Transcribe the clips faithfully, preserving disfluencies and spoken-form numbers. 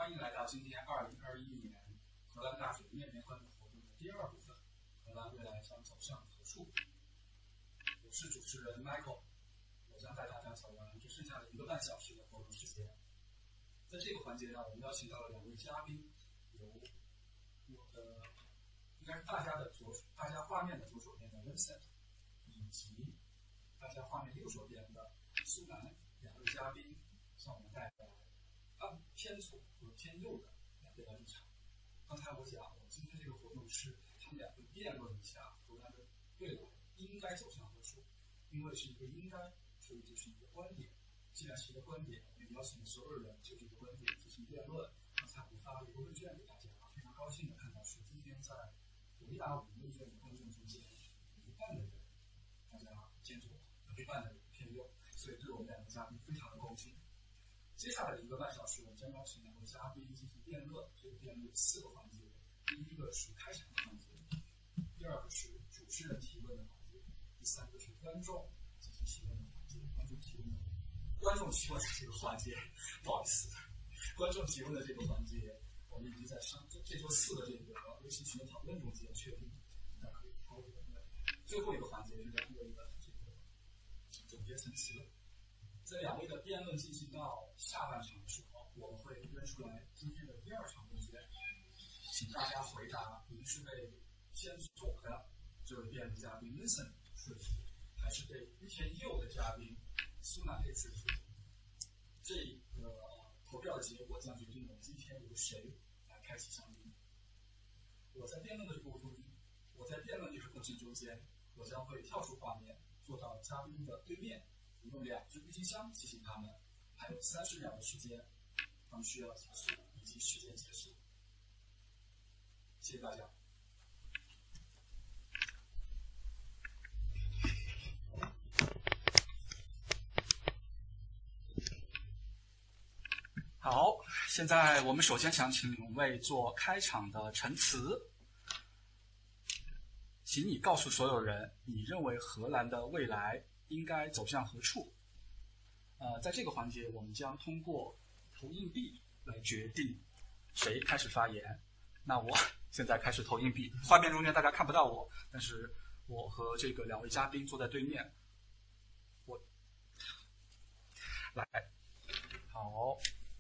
欢迎来到今天二零二一年荷兰大学面面观的活动的第二部分，荷兰未来将走向何处？我是主持人 Michael， 我将带大家走完这剩下的一个半小时的活动时间。在这个环节呢，我们邀请到了两位嘉宾，由我的应该是大家的左大家画面的左手边的 Vincent， 以及大家画面右手边的苏南两位嘉宾向我们带来按偏左和偏右的两边的立场。刚才我讲，我们今天这个活动是他们俩会辩论一下荷兰的未来应该走向何处，因为是一个应该，所以就是一个观点。既然是一个观点，我们邀请所有人就这个观点进行辩论。刚才我们发了一个问卷给大家，非常高兴的看到是今天在回答我们问卷的观众中间，有一半的人大家偏左，有一半的人偏右，所以对我们两个嘉宾非常的恭喜。接下来的一个半小时，我们将邀请两位嘉宾进行辩论。这个辩论有四个环节，第一个是开场的环节，第二个是主持人提问的环节，第三个是观众进行提问的环节。观众提问的观众提问的这个环节，不好意思，观众提问的这个环节，我们已经在上这周四的这个微信群的讨论中间确定，大家可以抛这个问。最后一个环节是两位的这个总结陈词。在两位的辩论进行到下半场的时候，我们会扔出来今天的第二场问卷，请大家回答：您是被偏左的这位辩论嘉宾 Vincent 说服，还是被偏右的嘉宾苏南给说服？这个投票的结果将决定我们今天由谁来开启香槟。我在辩论的过程中，我在辩论这个过程中间，我将会跳出画面，坐到嘉宾的对面。用两只郁金香提醒他们，还有三十秒的时间，他们需要结束以及时间结束。谢谢大家。好，现在我们首先想请两位做开场的陈词，请你告诉所有人，你认为荷兰的未来应该走向何处？呃，在这个环节，我们将通过投硬币来决定谁开始发言。那我现在开始投硬币，画面中间大家看不到我，但是我和这个两位嘉宾坐在对面。我来，好，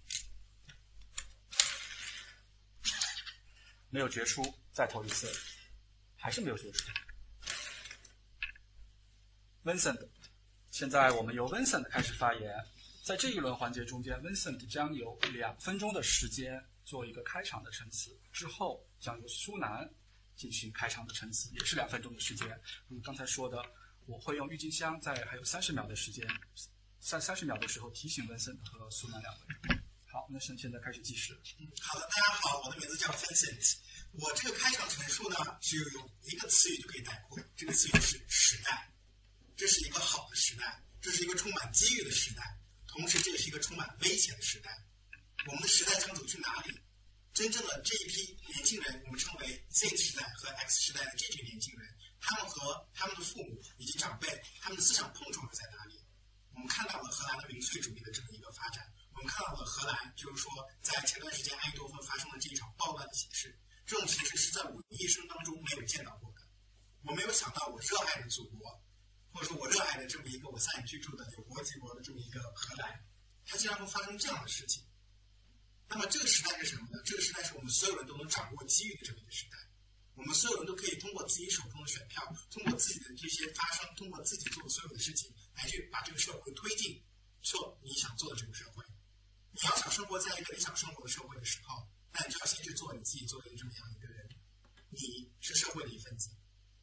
没有决出，再投一次，还是没有决出。Vincent。现在我们由 Vincent 开始发言，在这一轮环节中间 ，Vincent 将有两分钟的时间做一个开场的陈词，之后将由苏南进行开场的陈词，也是两分钟的时间。如刚才说的，我会用郁金香在还有三十秒的时间，在三十秒的时候提醒 Vincent 和苏南两位。好，那现在开始计时。 嗯，好的，大家好，我的名字叫 Vincent。我这个开场陈述呢，只有用一个词语就可以概括，这个词语是时代。这是一个好的时代，这是一个充满机遇的时代，同时这也是一个充满危险的时代。我们的时代将走去哪里？真正的这一批年轻人，我们称为 Z 时代和 X 时代的这群年轻人，他们和他们的父母以及长辈，他们的思想碰撞在哪里？我们看到了荷兰的民粹主义的这么一个发展，我们看到了荷兰，就是说在前段时间埃因多芬发生的这一场暴乱的形势，这种形势是在我一生当中没有见到过的。我没有想到我热爱的祖国，或者说我热爱的这么一个我在居住的有国籍国的这么一个荷兰，它竟然会发生这样的事情。那么这个时代是什么呢？这个时代是我们所有人都能掌握机遇的这么一个时代。我们所有人都可以通过自己手中的选票，通过自己的这些发声，通过自己做的所有的事情，来去把这个社会推进做你想做的这个社会。你要想生活在一个你想生活的社会的时候，那你就要先去做你自己作为这么样一个人，你是社会的一份子。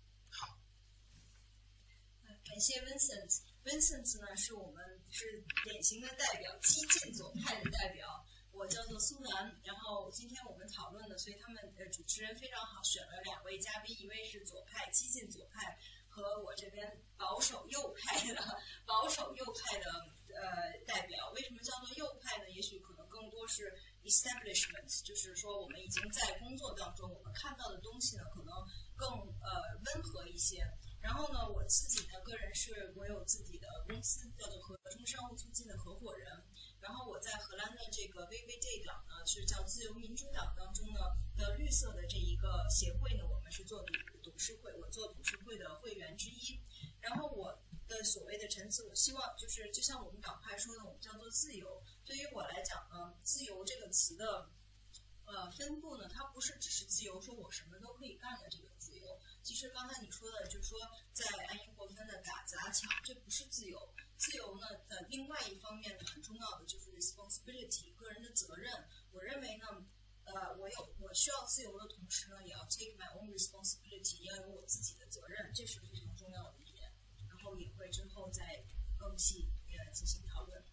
感谢 Vincent。Vincent 呢，是我们是典型的代表，激进左派的代表。我叫做苏南，然后今天我们讨论的，所以他们呃主持人非常好，选了两位嘉宾，一位是左派激进左派，和我这边保守右派的保守右派的呃代表。为什么叫做右派呢？也许可能更多是 establishment， 就是说我们已经在工作当中，我们看到的东西呢，可能更呃温和一些。 然后呢，我自己呢，个人是我有自己的公司，叫做合中商务促进的合伙人。然后我在荷兰的这个 V V D 党呢，是叫自由民主党当中呢的绿色的这一个协会呢，我们是做董董事会，我做董事会的会员之一。然后我的所谓的陈词，我希望就是就像我们党派说的，我们叫做自由。对于我来讲呢，自由这个词的呃分布呢，它不是只是自由，说我什么都可以干的这个自由。其实刚才你说的，就是说在安因霍芬的打砸抢，这不是自由。自由呢，呃，另外一方面呢，很重要的就是 responsibility， 个人的责任。我认为呢，呃，我有我需要自由的同时呢，也要 take my own responsibility， 要有我自己的责任，这是非常重要的一点。然后也会之后再更细呃进行讨论。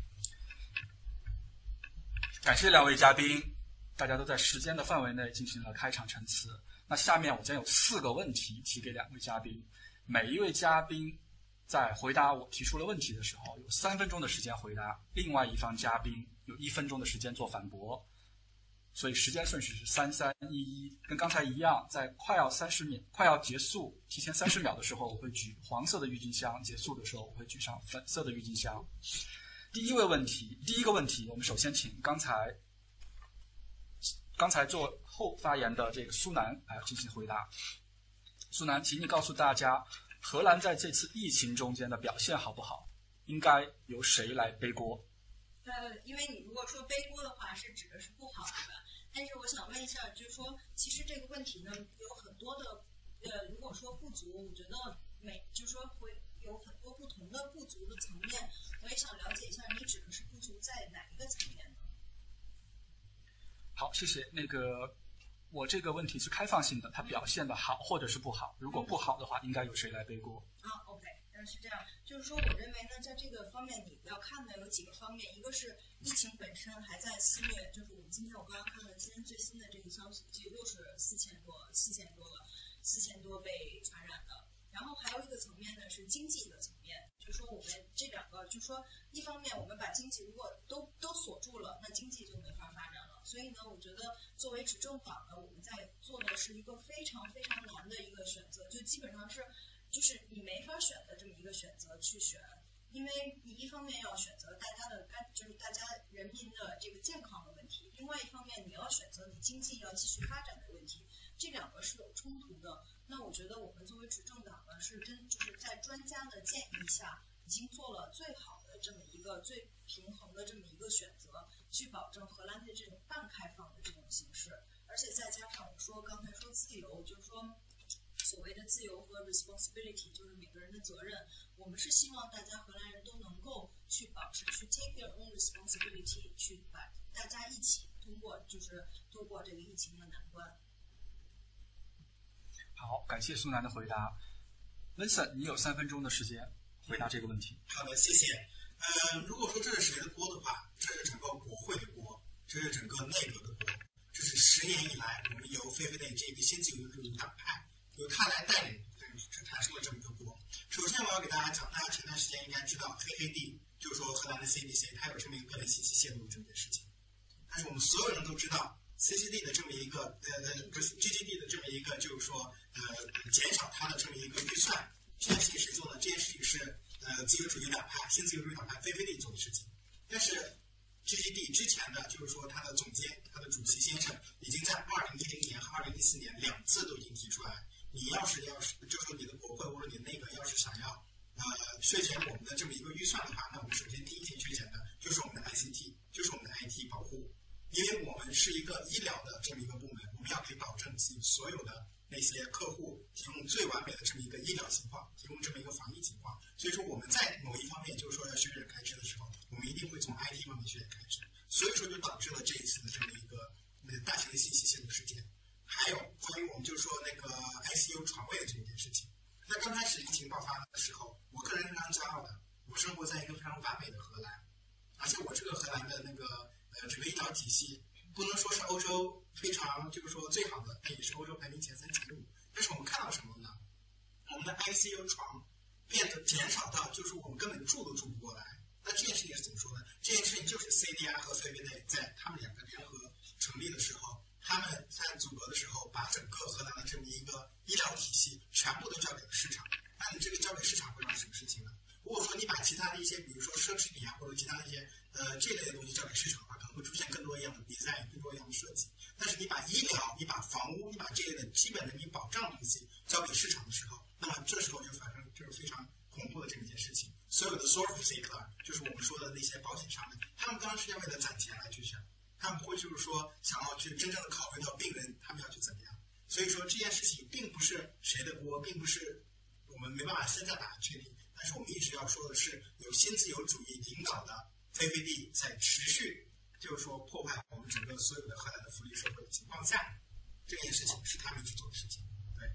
感谢两位嘉宾，大家都在时间的范围内进行了开场陈词。那下面我将有四个问题提给两位嘉宾，每一位嘉宾在回答我提出了问题的时候，有三分钟的时间回答，另外一方嘉宾有一分钟的时间做反驳。所以时间顺序是三三一一，跟刚才一样，在快要三十秒、快要结束、提前三十秒的时候，我会举黄色的郁金香；结束的时候，我会举上粉色的郁金香。第一位问题，第一个问题，我们首先请刚才刚才做后发言的这个苏南来进行回答。苏南，请你告诉大家，荷兰在这次疫情中间的表现好不好？应该由谁来背锅？ 呃，因为你如果说背锅的话，是指的是不好，对吧？但是我想问一下，就是说，其实这个问题呢，有很多的，呃，如果说不足，我觉得每就是说会有很多不同的不足的层面。我也想了解一下，你指的是不足在哪一个层面呢？ 好，谢谢。那个，我这个问题是开放性的，它表现的好或者是不好。如果不好的话，应该由谁来背锅？ 啊 ，OK。是这样，就是说，我认为呢，在这个方面，你要看的有几个方面，一个是疫情本身还在肆虐，就是我们今天我刚刚看了今天最新的这个消息，就又是四千多、四千多了，四千多被传染的。然后还有一个层面呢是经济的层面，就是说我们这两个，就是说一方面我们把经济如果都都锁住了，那经济就没法发展了。所以呢，我觉得作为执政党呢，我们在做的是一个非常非常难的一个选择，就基本上是。就是你没法选的这么一个选择去选，因为你一方面要选择大家的干，就是大家人民的这个健康的问题，另外一方面你要选择你经济要继续发展的问题，这两个是有冲突的。那我觉得我们作为执政党呢，是真就是在专家的建议下，已经做了最好的这么一个最平衡的这么一个选择，去保证荷兰的这种半开放的这种形式，而且再加上我说刚才说自由，就是说。所谓的自由和 responsibility 就是每个人的责任，我们是希望大家荷兰人都能够去保持去 take their own responsibility， 去把大家一起通过就是度过这个疫情的难关。 好，感谢苏南的回答。Vincent， 你有三分钟的时间回答这个问题。 好的，谢谢。呃，如果说这是谁的锅的话，这是整个国会的锅，这是整个内阁的锅，这是十年以来我们由菲菲内这个新自由主义党派。由他来带领，产生了这么一个锅。首先，我要给大家讲，大家前段时间应该知道 C C D， 就是说荷兰的 C D C， 它有这么一个个人信息泄露这么一件事情。但是我们所有人都知道 C C D 的这么一个呃呃不是 G G D 的这么一个，就是说呃减少它的这么一个预算，这件事情谁做的？这件事情是呃自由主义党派、新自由主义党派菲菲利做的事情。但是 G G D 之前的就是说他的总监、他的主席先生已经在二零一零年和二零一四年两次都已经提出来。你要是要是就是说你的国会或者你的内阁要是想要呃削减我们的这么一个预算的话，那我们首先第一件削减的就是我们的 I C T， 就是我们的 I T 保护，因为我们是一个医疗的这么一个部门，我们要给保证自己所有的那些客户提供最完美的这么一个医疗情况，提供这么一个防疫情况。所以说我们在某一方面就是说要削减开支的时候，我们一定会从 I T 方面削减开支，所以说就导致了这一次的这么一个呃大型的信息泄露事件。还有关于我们就说那个 I C U 床位的这件事情，那刚开始疫情爆发的时候，我个人非常骄傲的，我生活在一个非常完美的荷兰，而且我这个荷兰的那个呃整个医疗体系不能说是欧洲非常就是说最好的，但也是欧洲排名前三前五。但是我们看到什么呢？我们的 I C U 床变得减少到就是我们根本住都住不过来。那这件事情是怎么说呢？这件事情就是 C D I 和菲菲内在他们两个联合成立的时候。 他们在组阁的时候，把整个荷兰的这么一个医疗体系全部都交给了市场。那你这个交给市场会让什么事情呢？如果说你把其他的一些，比如说奢侈品啊，或者其他的一些呃这类的东西交给市场的话，可能会出现更多一样的 design， 更多一样的设计。但是你把医疗、你把房屋、你把这类的基本的你保障的东西交给市场的时候，那么这时候就发生就是非常恐怖的这么一件事情。所有的 surface car， 就是我们说的那些保险商们，他们当然是要为了攒钱来去想，他们会就是说想要去真正的考虑到病人他们要去怎么样。所以说这件事情并不是谁的锅，并不是我们没办法现在把它确定。但是我们一直要说的是，有新自由主义领导的 V V D 在持续，就是说破坏我们整个所有的荷兰的福利社会的情况下，这件事情是他们去做的事情。对，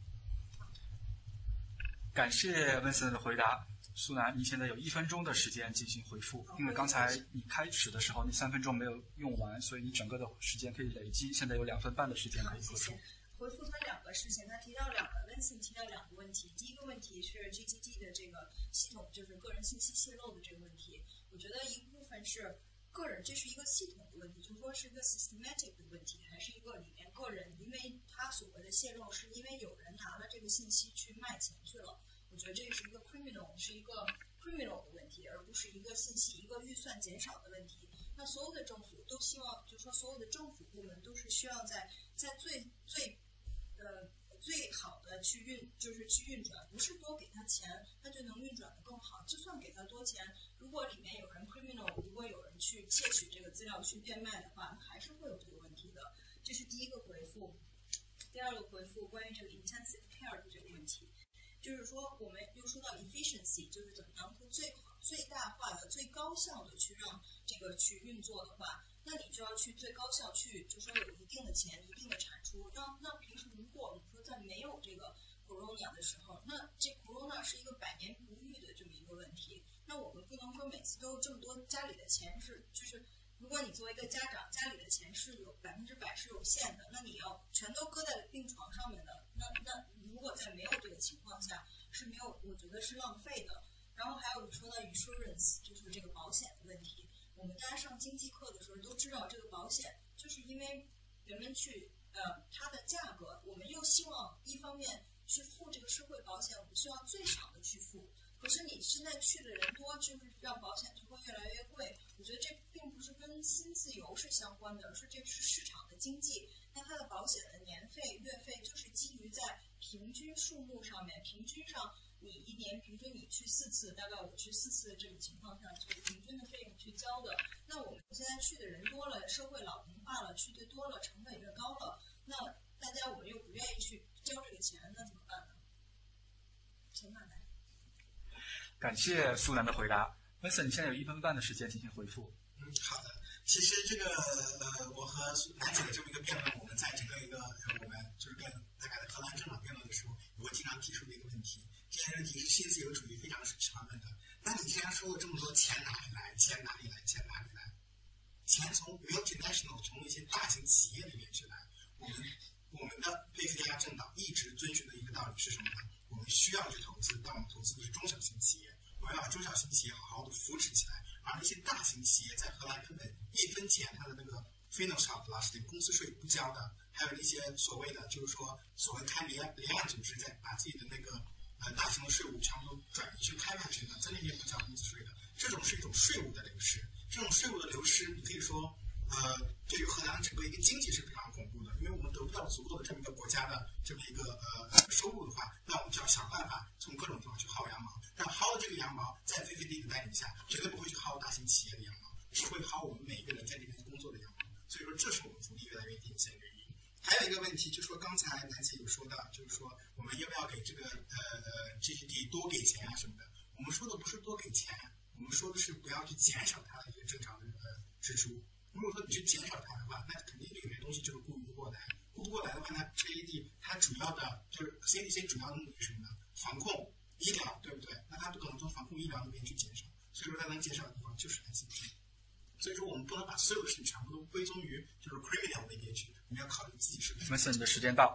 感谢温森的回答。苏南，你现在有一分钟的时间进行回复，因为刚才你开始的时候那三分钟没有用完，所以你整个的时间可以累积，现在有两分半的时间可以回复。 回复他两个事情，他提到两个 Vincent 提到两个问题。第一个问题是 G T D 的这个系统，就是个人信息泄露的这个问题。我觉得一部分是个人，这是一个系统的问题，就是说是一个 systematic 的问题，还是一个里面个人，因为他所谓的泄露是因为有人拿了这个信息去卖钱去了。我觉得这是一个 criminal， 是一个 criminal 的问题，而不是一个信息、一个预算减少的问题。那所有的政府都希望，就是说所有的政府部门都是需要在在最最呃最好的去运，就是去运转，不是多给他钱，他就能运转得更好。就算给他多钱，如果里面有人 criminal， 如果有人去窃取这个资料去变卖的话，还是会有这个问题的。这是第一个回复。第二个回复关于这个 intensive care 的这个问题。就是说，我们又说到 efficiency， 就是怎么样最好、最大化的、最高效的去让这个去运作的话，那你就要去最高效去，就说有一定的钱、一定的产出。那那平时如果我们说在没有这个 corona 的时候，那这 corona 是一个百年不遇的这么一个问题。那我们不能说每次都有这么多家里的钱是，就是如果你作为一个家长，家里的钱是有百分之百是有限的，那你要全都搁在病床上面的，那那。如果在没有这个情况下是没有，我觉得是浪费的。然后还有你说到 insurance， 就是这个保险的问题。我们大家上经济课的时候都知道，这个保险就是因为人们去呃它的价格，我们又希望一方面去付这个社会保险，我们需要最少的去付。可是你现在去的人多，就是让保险就会越来越贵。我觉得这并不是跟新自由是相关的，而是这是市场的经济。那它的保险的年费、月费就是基于在平均数目上面，平均上你一年平均你去四次，大概我去四次的这种情况下，就是平均的费用去交的。那我们现在去的人多了，社会老龄化了，去的多了，成本越高了，那大家我们又不愿意去交这个钱，那怎么办呢？钱哪来？ 感谢苏南的回答。Vincent， 你现在有一分半的时间进行回复。 嗯，好的。其实这个呃，我和南姐的这么一个辩论，我们在整个一个呃，我们就是跟大概的荷兰政党辩论的时候，我经常提出的一个问题。这些问题是新自由主义非常喜欢问的。那你既然说了这么多钱哪里来？钱哪里来？钱哪里来？钱从 multinational 从一些大型企业里面去来。我们我们的佩菲加政党一直遵循的一个道理是什么呢？我们需要去投资，但我们投资的是中小型企业。我们要把中小型企业好好的扶持起来。而那些大型企业在荷兰根本一分钱，它的那个 Vennootschap-belasting 公司税不交的，还有那些所谓的就是说所谓开离岸离岸组织在把自己的那个呃大型的税务全部都转移去开曼群的，在那边不交公司税的，这种是一种税务的流失。这种税务的流失，你可以说呃对于荷兰整个一个经济是非常恐怖的，因为我们得不到足够的这么一个国家的这么一个呃收入的话，那我们就要想办法从各种地方去薅羊毛。但薅的这个羊毛，在 V V D 的带领下，绝对不会去薅大型企业的羊毛，只会薅我们每一个人在这边工作的羊毛。所以说，这是我们福利越来越低的原因。还有一个问题，就是说刚才南姐有说到，就是说我们要不要给这个呃呃 G D P 多给钱啊什么的？我们说的不是多给钱，我们说的是不要去减少它的一个正常的呃支出。如果说你去减少它的话，那肯定有些东西就是顾不过来。顾不过来的话，那 G D P 它主要的就是 C D C 主要的目的是什么呢？防控。医疗对不对？那它不可能从防控医疗那边去减少，所以说它能减少的地方就是 I C T。所以说我们不能把所有的事情全部都归宗于就是 criminal 那边去，我们要考虑自己是不是。 Vincent， 你的时间到。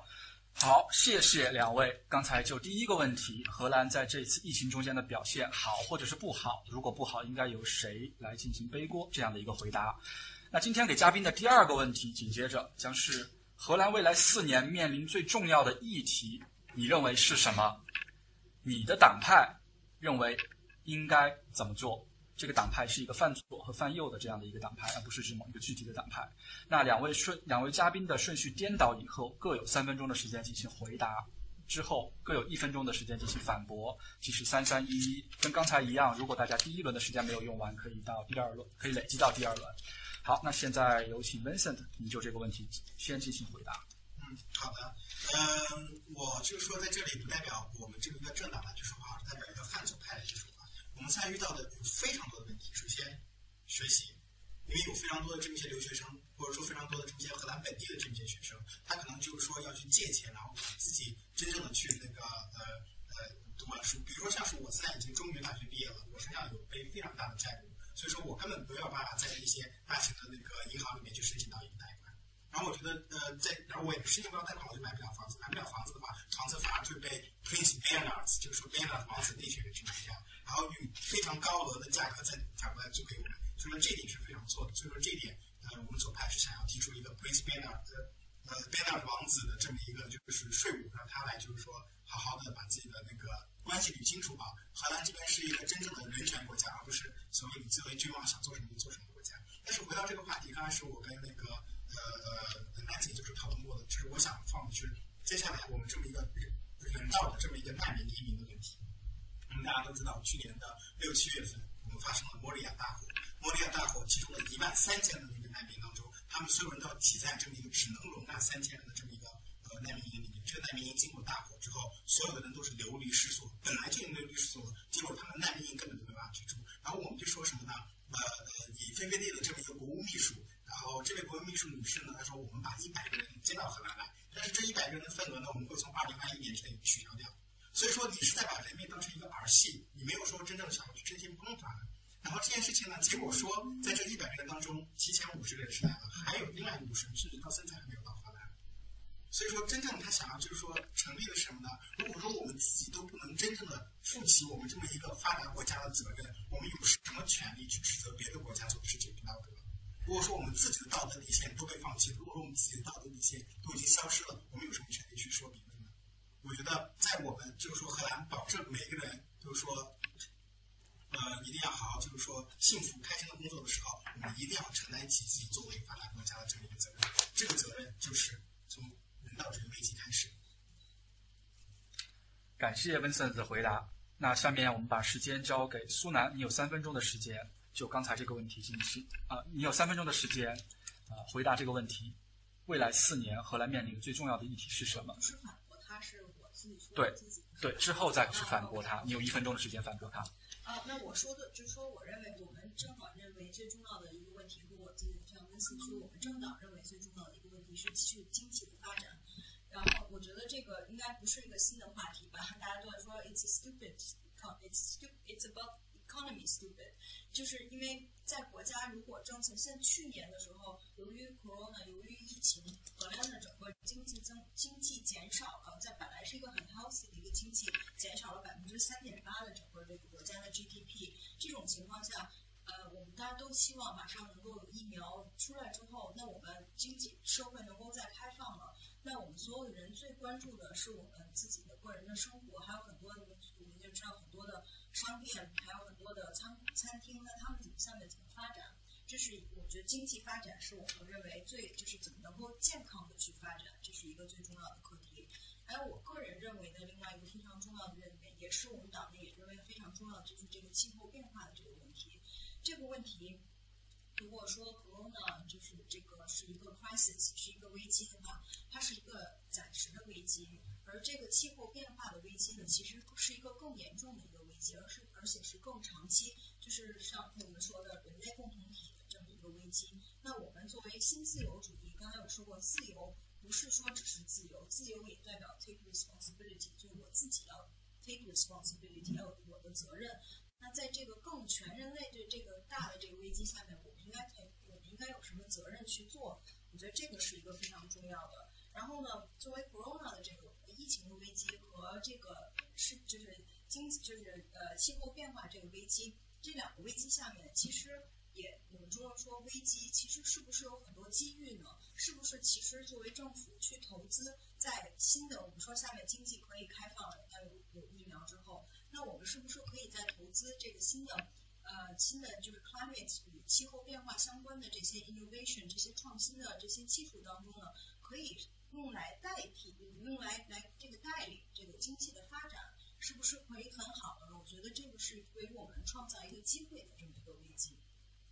好，谢谢两位。刚才就第一个问题，荷兰在这次疫情中间的表现好或者是不好？如果不好，应该由谁来进行背锅？这样的一个回答。那今天给嘉宾的第二个问题，紧接着将是荷兰未来四年面临最重要的议题，你认为是什么？你的党派认为应该怎么做？这个党派是一个泛左和泛右的这样的一个党派，而不是指某一个具体的党派。那两位顺两位嘉宾的顺序颠倒以后，各有三分钟的时间进行回答，之后各有一分钟的时间进行反驳，即是三三一一，跟刚才一样。如果大家第一轮的时间没有用完，可以到第二轮，可以累积到第二轮。好，那现在有请 Vincent， 你就这个问题先进行回答。 嗯，好的。嗯，我就是说在这里不代表我们这个一个政党来去说话，代表一个泛左派来去说话。我们现在遇到的有非常多的问题。首先，学习，因为有非常多的这么一些留学生，或者说非常多的这么一些荷兰本地的这么一些学生，他可能就是说要去借钱，然后自己真正的去那个呃呃读完书。比如说像是我现在已经中原大学毕业了，我身上有背非常大的债务，所以说我根本没有办法在一些大型的那个银行里面去申请到一个贷款。然后我觉得，呃，在然后我也申请不到贷款，我就买不了房子，买不了房子的话，房子反而就被 Prince Bernhard， 就是说 Bernhard 王子那群人去买掉，然后以非常高额的价格再反过来租给我们，所以说这一点是非常错的。所以说这一点，呃，我们左派是想要提出一个 Prince Bernhard 的呃 Bernhard 王子的这么一个就是税务，让他来就是说好好的把自己的那个关系捋清楚啊。荷兰这边是一个真正的人权国家，而不是所谓你作为君王想做什么就做什么国家。但是回到这个话题，刚才是我跟那个。呃呃 Nancy 就是讨论过的，就是我想放的是接下来我们这么一个人道的这么一个难民移民的问题。我们大家都知道，去年的六七月份，我们发生了莫里亚大火。莫里亚大火其中的一万三千的那个难民当中，他们所有人都要挤在这么一个只能容纳三千人的这么一个呃难民营里面。这个难民营经过大火之后，所有的人都是流离失所，本来就流离失所，结果他们难民营根本就没办法居住。然后我们就说什么呢？呃呃，以菲菲利的这么一个国务秘书。然后这位国务秘书女士呢，她说我们把一百个人接到荷兰来，但是这一百个人的份额呢，我们会从二零二一年之内取消掉。所以说你是在把人民当成一个儿戏，你没有说真正想要去真心帮他们。然后这件事情呢，结果说在这一百个人当中，提前五十个人是来了，还有另外五十人甚至到现在还没有到荷兰。所以说真正他想要就是说成立的是什么呢？如果说我们自己都不能真正的负起我们这么一个发达国家的责任，我们有什么权利去指责别的国家做的事情不道德？如果说我们自己的道德底线都被放弃了，如果说我们自己的道德底线都已经消失了，我们有什么权利去说别人呢？我觉得在我们就是说荷兰保证每个人就是说，呃，一定要好好就是说幸福开心的工作的时候，我们一定要承担起自己作为发达国家的这么一个责任。这个责任就是从人道主义危机开始。 感谢 Vincent 的回答。那下面我们把时间交给苏南，你有三分钟的时间。就刚才这个问题进行啊、呃，你有三分钟的时间啊、呃、回答这个问题。未来四年荷兰面临的最重要的议题是什么？ 不是反驳他，是我自己说对自己对，之后再是反驳他。啊、你有一分钟的时间反驳他。 啊，那我说的就是说，我认为我们正好认为最重要的一个问题，和我自己这样分析出，我们政党认为最重要的一个问题是去经济的发展。然后我觉得这个应该不是一个新的话题吧？大家都在说 it's stupid, it's stupid, it's about economy stupid， 就是因为在国家如果政策，像去年的时候，由于 corona， 由于疫情，荷兰的整个经济增经济减少了，在本来是一个很 healthy 的一个经济，减少了百分之三点八的整个这个国家的 G D P， 这种情况下。呃，我们大家都希望马上能够有疫苗出来之后，那我们经济社会能够再开放了。那我们所有的人最关注的是我们自己的个人的生活，还有很多的，我们就知道很多的商店，还有很多的餐餐厅，那他们怎么下面怎么发展？这是我觉得经济发展是我们认为最就是怎么能够健康的去发展，这是一个最重要的课题。还有我个人认为的另外一个非常重要的认为，也是我们党内也认为非常重要的，就是这个气候变化的这个问题。这个问题，如果说 corona 就是这个是一个 crisis， 是一个危机的话，它是一个暂时的危机，而这个气候变化的危机呢，其实是一个更严重的一个危机，而是而且是更长期，就是像我们说的人类共同体的这么一个危机。那我们作为新自由主义，刚才有说过，自由不是说只是自由，自由也代表 take responsibility， 就是我自己要 take responsibility， 要有我的责任。那在这个更全人类的这个大的这个危机下面，我们应该我们应该有什么责任去做？我觉得这个是一个非常重要的。 然后呢，作为 Corona 的这个疫情的危机和这个是就是经济就是呃气候变化这个危机，这两个危机下面，其实也我们中国说危机，其实是不是有很多机遇呢？是不是其实作为政府去投资在新的我们说下面经济可以开放了，要有有疫苗之后，那我们是不是可以在投资这个新的呃新的就是 climate 与气候变化相关的这些 innovation 这些创新的这些技术当中呢，可以用来代替用来来这个带领这个经济的发展，是不是可以很好的呢？我觉得这个是为我们创造一个机会的这么一个危机。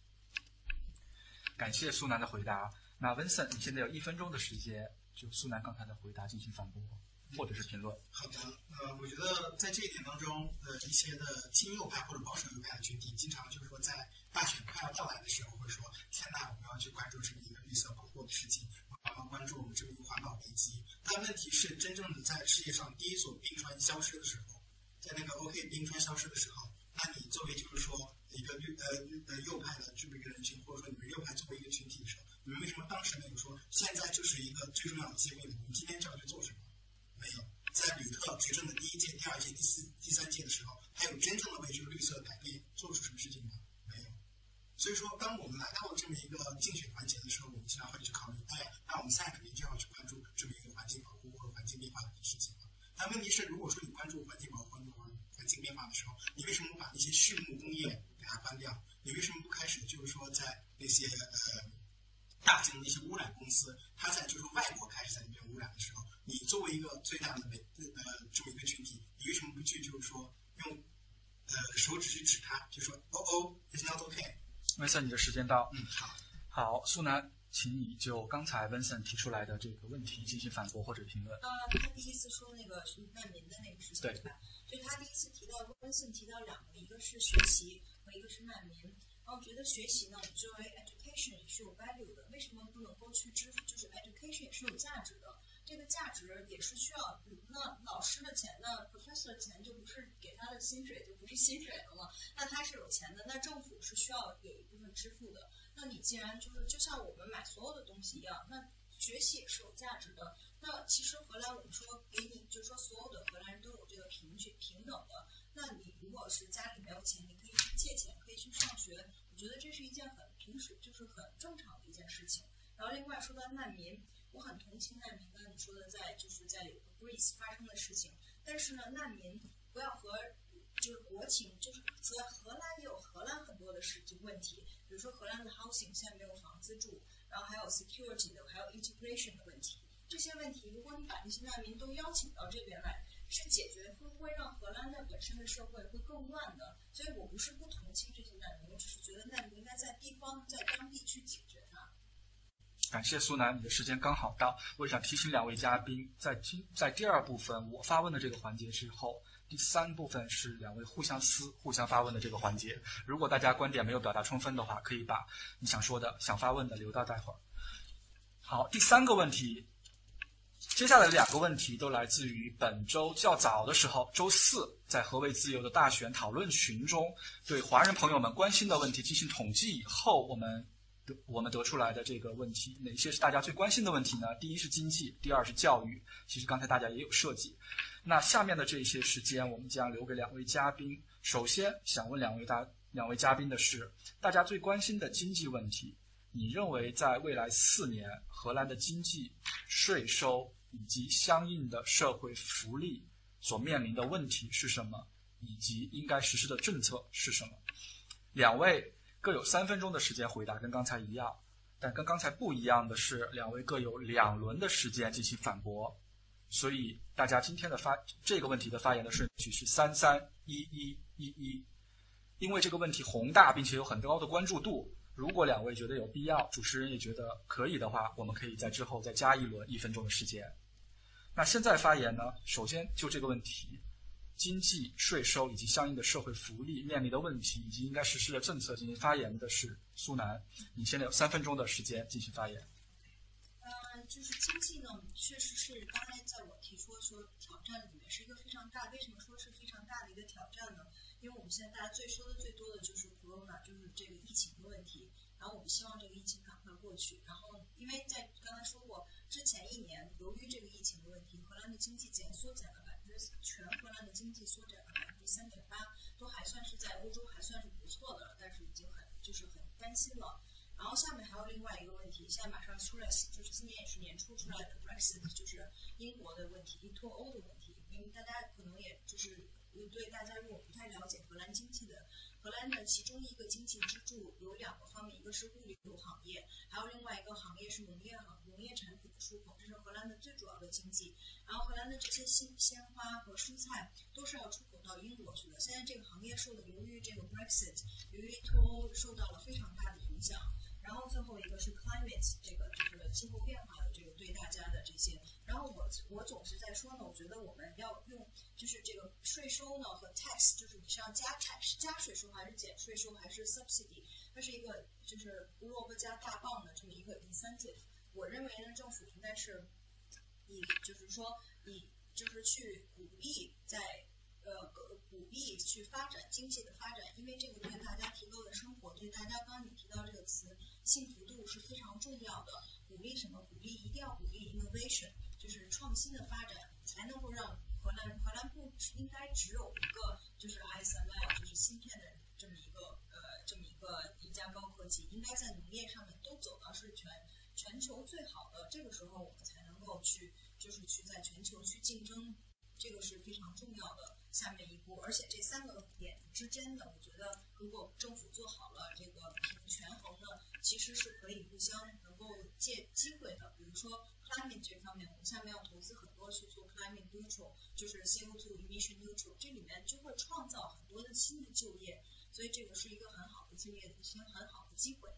感谢苏南的回答。那 Vincent， 你现在有一分钟的时间，就苏南刚才的回答进行反驳或者是评论。 好的，呃，我觉得在这一点当中，呃，一些的亲右派或者保守右派的群体，经常就是说在大选快要到来的时候，会说：“天哪，我们要去关注这么一个绿色保护的事情，我们要关注我们这么一个环保危机。”但问题是，真正的在世界上第一所冰川消失的时候，在那个 OK 冰川消失的时候，那你作为就是说一个绿呃呃右派的这么一个人群，或者说你们右派作为一个群体的时候，你们为什么当时没有说现在就是一个最重要的机会，你们今天就要去做什么？没有。在吕特执政的第一届、第二届、第四、第三届的时候，还有真正的为这个绿色改变做出什么事情吗？没有。所以说，当我们来到了这么一个竞选环节的时候，我们经常会去考虑，哎，那我们现在肯定就要去关注这么一个环境保护或者环境变化的事情了。但问题是，如果说你关注环境保护或者环境变化的时候，你为什么不把那些畜牧工业给它关掉？你为什么不开始就是说在那些呃大型的那些污染公司，它在就是外国开始在那边污染的时候，你作为一个最大的媒呃这么一个群体，你为什么不去就是说用呃手指去指它，就说哦哦 ，it's not okay。Vincent， 你的时间到。 嗯，好。 好，苏南，请你就刚才 Vincent 提出来的这个问题进行反驳或者评论。 呃，他第一次说那个是难民的那个事情，对吧？就他第一次提到 Vincent 提到两个，一个是学习和一个是难民。然后觉得学习呢，作为 education 也是有 value 的，为什么不能够去支付？就是 education 也是有价值的，这个价值也是需要。那老师的钱呢 ，professor 的钱就不是给他的薪水，就不是薪水了嘛？那他是有钱的，那政府是需要有一部分支付的。那你既然就是就像我们买所有的东西一样，那学习也是有价值的。那其实荷兰我们说给你，就是说所有的荷兰人都有这个平均平等的。那你如果是家里没有钱，你可以去借钱，可以去上学。我觉得这是一件很平时就是很正常的一件事情。然后另外说到难民，我很同情难民，刚才你说的在就是在 Greece 发生的事情。但是呢，难民不要和就是国情，就是在荷兰也有荷兰很多的事情问题，比如说荷兰的 housing 现在没有房子住，然后还有 security 的，还有 integration 的问题。这些问题，如果你把这些难民都邀请到这边来，是解决会不会让荷兰的本身的社会会更乱的？所以我不是不同情这些难民，我只是觉得难民应该在地方、在当地去解决它。 感谢苏南，你的时间刚好到。我想提醒两位嘉宾，在今在第二部分我发问的这个环节之后，第三部分是两位互相思、互相发问的这个环节。如果大家观点没有表达充分的话，可以把你想说的、想发问的留到待会儿。好，第三个问题。接下来的两个问题都来自于本周较早的时候，周四在何为自由的大选讨论群中，对华人朋友们关心的问题进行统计以后，我们得我们得出来的这个问题，哪些是大家最关心的问题呢？第一是经济，第二是教育。其实刚才大家也有涉及。那下面的这些时间，我们将留给两位嘉宾。首先想问两位大两位嘉宾的是，大家最关心的经济问题。你认为在未来四年，荷兰的经济、税收以及相应的社会福利所面临的问题是什么，以及应该实施的政策是什么？两位各有三分钟的时间回答，跟刚才一样，但跟刚才不一样的是，两位各有两轮的时间进行反驳。所以大家今天的发这个问题的发言的顺序是三三一一一一，因为这个问题宏大并且有很高的关注度。如果两位觉得有必要，主持人也觉得可以的话，我们可以在之后再加一轮一分钟的时间。那现在发言呢，首先就这个问题，经济、税收以及相应的社会福利面临的问题以及应该实施的政策进行发言的是苏南，你现在有三分钟的时间进行发言。 呃，就是经济呢，确实是刚才在我提出说挑战里面是一个非常大，为什么说是非常大的一个挑战呢？因为我们现在大家最说的最多的就是 corona， 就是这个疫情的问题。 然后我们希望这个疫情赶快过去。然后因为在刚才说过，之前一年由于这个疫情的问题，荷兰的经济减缩减了百分之全荷兰的经济缩减了百分之三点八，都还算是在欧洲还算是不错的了，但是已经很就是很担心了。然后下面还有另外一个问题，现在马上出来，就是今年也是年初出来的 Brexit， 就是英国的问题，脱欧的问题。因为大家可能也就是对大家如果不太了解荷兰经济的，荷兰的其中一个经济支柱有两个方面，一个是物流行业，还有另外一个行业是农业行农业产品的出口，这是荷兰的最主要的经济。然后荷兰的这些新鲜花和蔬菜都是要出口到英国去的。现在这个行业受的由于这个 Brexit， 由于脱欧受到了非常大的影响。然后最后一个是 climate， 这个就是气候变化的这个对大家的这些。然后我我总是在说呢，我觉得我们要用就是这个税收呢和 tax， 就是你是要加 tax 加税收还是减税收还是 subsidy， 它是一个就是胡萝卜加大棒的这么一个 incentive。我认为呢，政府应该是以就是说以就是去鼓励在。呃，鼓励去发展经济的发展，因为这个对大家提高的生活，对大家刚刚你提到这个词幸福度是非常重要的。鼓励什么？鼓励一定要鼓励 innovation， 就是创新的发展，才能够让荷兰荷兰不应该只有一个就是 A S M L， 就是芯片的这么一个呃这么一个一家高科技，应该在农业上面都走到是全全球最好的。这个时候我们才能够去就是去在全球去竞争，这个是非常重要的。下面一步，而且这三个点之间呢，我觉得如果政府做好了这个平权衡呢，其实是可以互相能够借机会的。比如说 climate 这方面，我们下面要投资很多去做 climate neutral， 就是 C O 二 emission neutral， 这里面就会创造很多的新的就业，所以这个是一个很好的就业的一些很好的机会。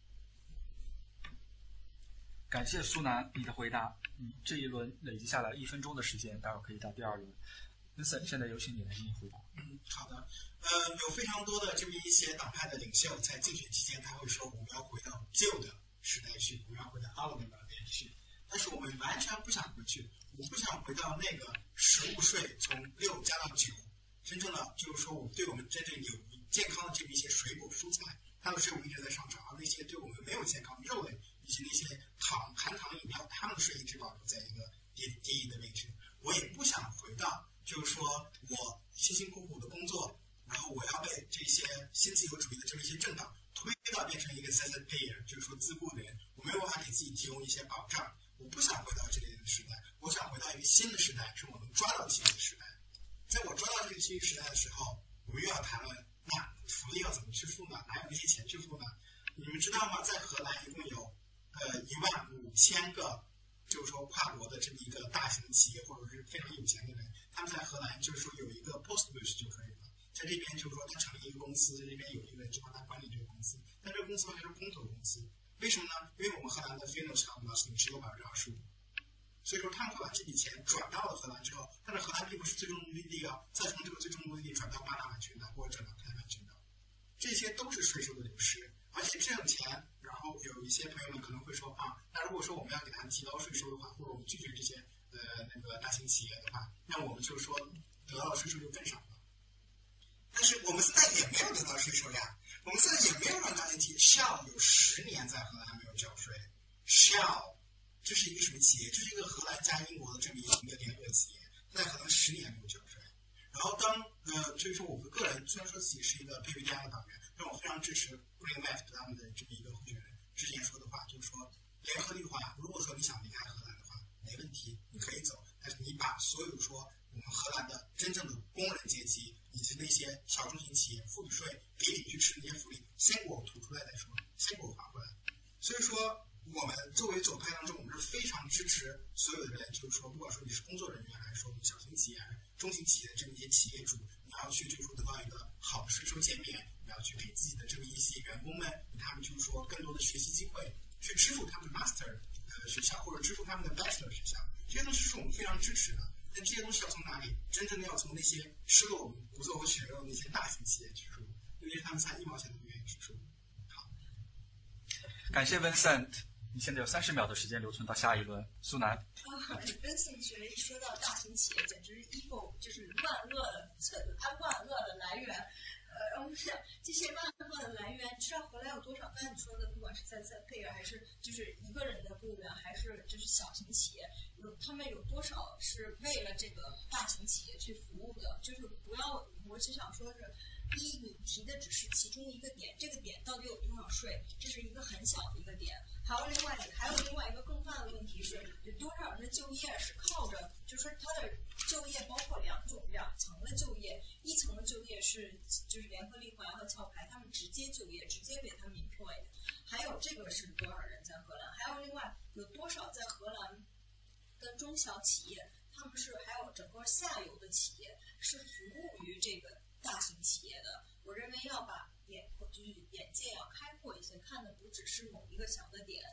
感谢苏南你的回答。嗯，这一轮累积下来一分钟的时间，待会儿可以到第二轮。Vincent， 现在有请你来进行回答。 嗯，好的。呃，有非常多的这么一些党派的领袖在竞选期间，他会说我们要回到旧的时代去，我们要回到奥巴马那边去。但是我们完全不想回去，我不想回到那个食物税从六加到九，真正的就是说，我们对我们真正有健康的这么一些水果蔬菜，它的税务一直在上涨，而那些对我们没有健康的肉类以及那些糖含糖饮料，它们的税一直保留在一个低低的位置。我也不想回到。就是说我辛辛苦苦的工作，然后我要被这些新自由主义的这么一些政党推到变成一个 self payer， 就是说自雇的人，我没有办法给自己提供一些保障。我不想回到这类的时代，我想回到一个新的时代，是我能抓到机遇的时代。在我抓到这个机遇时代的时候，我们又要谈论那福利要怎么去付呢？哪有那些钱去付呢？你们知道吗？在荷兰一共有呃一万五千个。就是说，跨国的这么一个大型的企业，或者是非常有钱的人，他们在荷兰就是说有一个 Postbus 就可以了。在这边就是说，他成立一个公司，在这边有一个人就帮他管理这个公司，但这个公司完全是空头公司。为什么呢？因为我们荷兰的 financial muslim 只有百分之二十五，所以说他们会把这笔钱转到了荷兰之后，但是荷兰并不是最终目的地啊，再从这个最终目的地转到巴拿马群岛或者转到开曼群岛，这些都是税收的流失。而且这种钱，然后有一些朋友们可能会说啊，那如果说我们要给他们提高税收的话，或者我们拒绝这些呃那个大型企业的话，那我们就是说得到的税收就更少了。但是我们现在也没有得到税收呀，我们现在也没有让大型企业 Shell 有十年在荷兰没有交税 ，Shell 这是一个什么企业？这是一个荷兰加英国的这么一个联合企业，在荷兰十年没有交税。然后当呃，所以说我个个人虽然说自己是一个 P P D I 的党员，但我非常支持 Green Left 他们的这么一个候选人之前说的话，就是说联合利华，如果说你想离开荷兰的话，没问题，你可以走，但是你把所有说我们荷兰的真正的工人阶级以及那些小中型企业付的税给你去吃那些福利，先给我吐出来再说，先给我还回来。所以说我们作为左派当中，我们是非常支持所有的人，就是说不管说你是工作人员还是说小型企业还是中型企业的这么一些企业主，你要去就是说得到一个好的税收减免，你要去给自己的这么一些员工们，给他们就是说更多的学习机会，去支付他们的 master 呃学校或者支付他们的 bachelor 学校，这些东西是我们非常支持的。但这些东西要从哪里？真正的要从那些吃了我们骨头和血肉的那些大型企业去出，因为他们才一毛钱都不愿意支出。好， 感谢 Vincent。你现在有三十秒的时间留存到下一轮，苏南。 啊 ，Vincent 觉得一说到大型企业，简直是 evil， 就是万恶的、万恶的来源。 呃，我们想这些万富的来源，知道荷兰有多少？刚才你说的，不管是在在佩尔还是就是一个人的雇员，还是就是小型企业，有他们有多少是为了这个大型企业去服务的？就是不要，我只想说是。一，你提的只是其中一个点，这个点到底有多少税，这是一个很小的一个点。还有另外，还有另外一个更大的问题是，有多少人的就业是靠着，就是说他的就业包括两种两层的就业，一层的就业是就是联合利华和壳牌他们直接就业，直接给他们 employed， 还有这个是多少人在荷兰？还有另外有多少在荷兰的中小企业，他们是还有整个下游的企业是服务于这个。大型企业的，我认为要把眼就是眼界要开阔一些，看的不只是某一个小的点。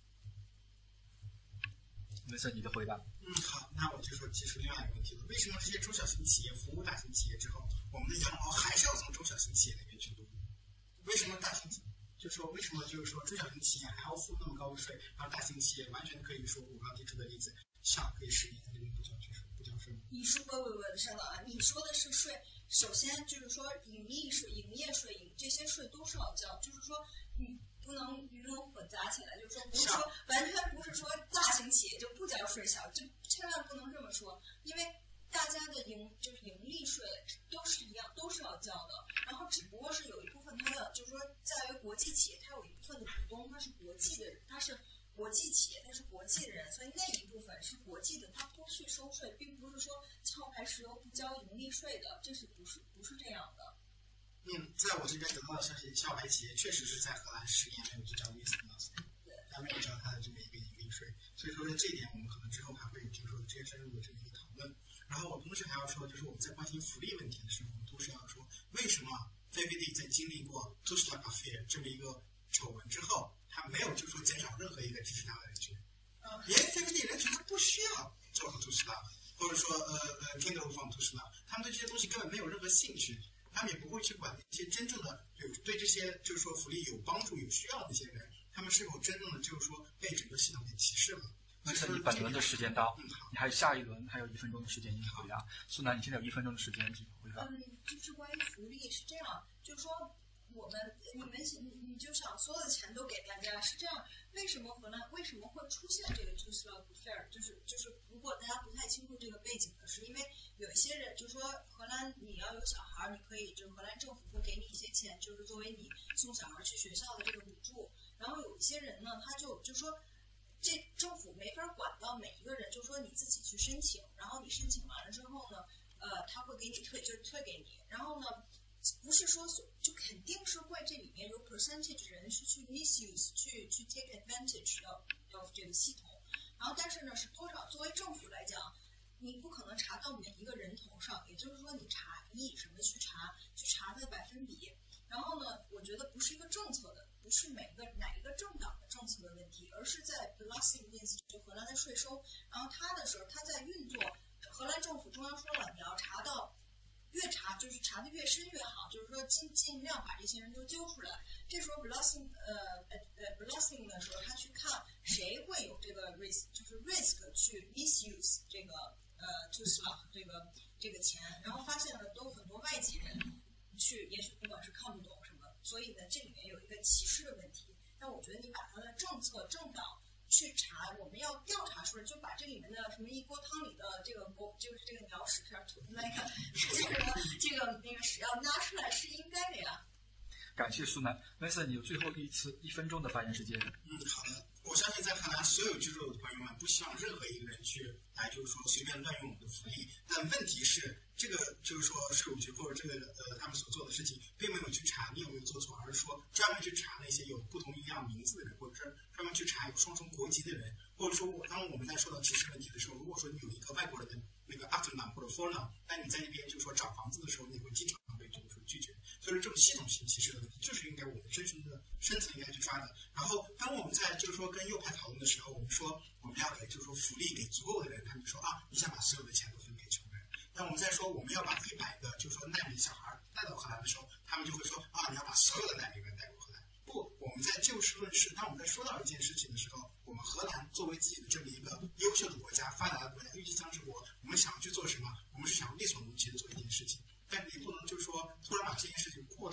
没事，你的回答。 嗯，好，那我就说提出另外一个问题了：为什么这些中小型企业服务大型企业之后，我们的羊毛还是要从中小型企业那边去撸？为什么大型企业？就说为什么就是说中小型企业还要付那么高的税，然后大型企业完全可以说我刚提出的例子，像可以十年在那边不交税不交税吗？ 你说不不不，稍等啊，你说的是税。首先就是说，盈利税、营业税、营这些税都是要交，就是说你不能鱼龙混杂起来，就是说不是说完全不是说大型企业就不交税，小就千万不能这么说，因为大家的盈就是盈利税都是一样，都是要交的。然后只不过是有一部分它的就是说，在于国际企业，它有一部分的股东他是国际的人，他是。国际企业它是国际的人，所以那一部分是国际的，它不去收税，并不是说壳牌石油不交盈利税的，这是不是不是这样的？ 嗯，在我这边得到的消息，壳牌企业确实是在荷兰十年没有去交 V S 的税，它没有交它的这么一个盈利税，所以说在这一点我们可能之后还会就是说直接深入的这么一个讨论。然后我同时还要说，就是我们在关心福利问题的时候，我们同时要说，为什么 V V D 在经历过 Tushla Affair 这么一个丑闻之后，他没有就是说减少任何一个支持他的人群，因为 V V D 人群他不需要做好 Tushla， 或者说呃呃 Kindle 放 Tushla， 他们对这些东西根本没有任何兴趣，他们也不会去管那些真正的有对这些就是说福利有帮助、有需要的那些人，他们是否真正的就是说被整个系统给歧视了。 那是你本轮的时间到，嗯，你还有下一轮，还有一分钟的时间进行回答。苏南，你现在有一分钟的时间进行回答。 嗯，就是关于福利是这样，就是说我们你们你你就想所有的钱都给大家是这样，为什么荷兰为什么会出现这个 Tushla Affair？ 就是就是如果大家不太清楚这个背景的是因为有一些人就说荷兰你要有小孩，你可以就是荷兰政府会给你一些钱，就是作为你送小孩去学校的这个补助，然后有一些人呢他就就说。这政府没法管到每一个人，就是说你自己去申请，然后你申请完了之后呢，呃，他会给你退，就是退给你。然后呢，不是说就肯定是会这里面有 percentage 人是去 misuse 去去 take advantage of of 这个系统。然后但是呢，是多少？作为政府来讲，你不可能查到每一个人头上，也就是说你查你以什么去查？去查它的百分比。然后呢，我觉得不是一个政策的。不是每个哪一个政党的政策的问题，而是在 Belastingdienst 就荷兰的税收，然后它的时候，它在运作。荷兰政府中央说了，你要查到越查就是查的越深越好，就是说尽尽量把这些人都揪出来。这时候 Belasting 呃呃呃 Belasting 的时候，他去看谁会有这个 risk， 就是 risk 去 misuse 这个呃 Tushla 这个这个钱，然后发现了都很多外籍人去，也许不管是看不懂什么。所以呢，这里面有一个歧视的问题。但我觉得你把它的政策、政党去查，我们要调查出来，就把这里面的什么一锅汤里的这个锅，就是这个鸟屎片吐那个这个这个那个屎要拿出来是应该的呀。 感谢苏南，温森，你有最后一次一分钟的发言时间。 嗯，好的。我相信在荷兰所有居住的朋友们不希望任何一个人去来就是说随便乱用我们的福利，但问题是这个就是说税务局或者这个呃他们所做的事情并没有去查你有没有做错，而是说专门去查那些有不同一样名字的人，或者是专门去查有双重国籍的人，或者说我当我们在说到歧视问题的时候，如果说你有一个外国人的那个 afternoon 或者 foreign， 那你在那边就是说找房子的时候，你会经常被就是说拒绝。所以这种系统性歧视的问题，就是应该我们真正的深层应该去抓的。然后，当我们在就是说跟右派讨论的时候，我们说我们要给就是说福利给足够的人，他们说啊，你想把所有的钱都分给穷人。当我们在说我们要把一百个就是说难民小孩带到荷兰的时候，他们就会说啊，你要把所有的难民人带过荷兰。不，我们在就事论事。当我们在说到一件事情的时候，我们荷兰作为自己的这么一个优秀的国家、发达的国家、郁金香之国，我们想要去做什么？我们是想力所能及的做一件事情。但是你不能就是说突然把这件事情过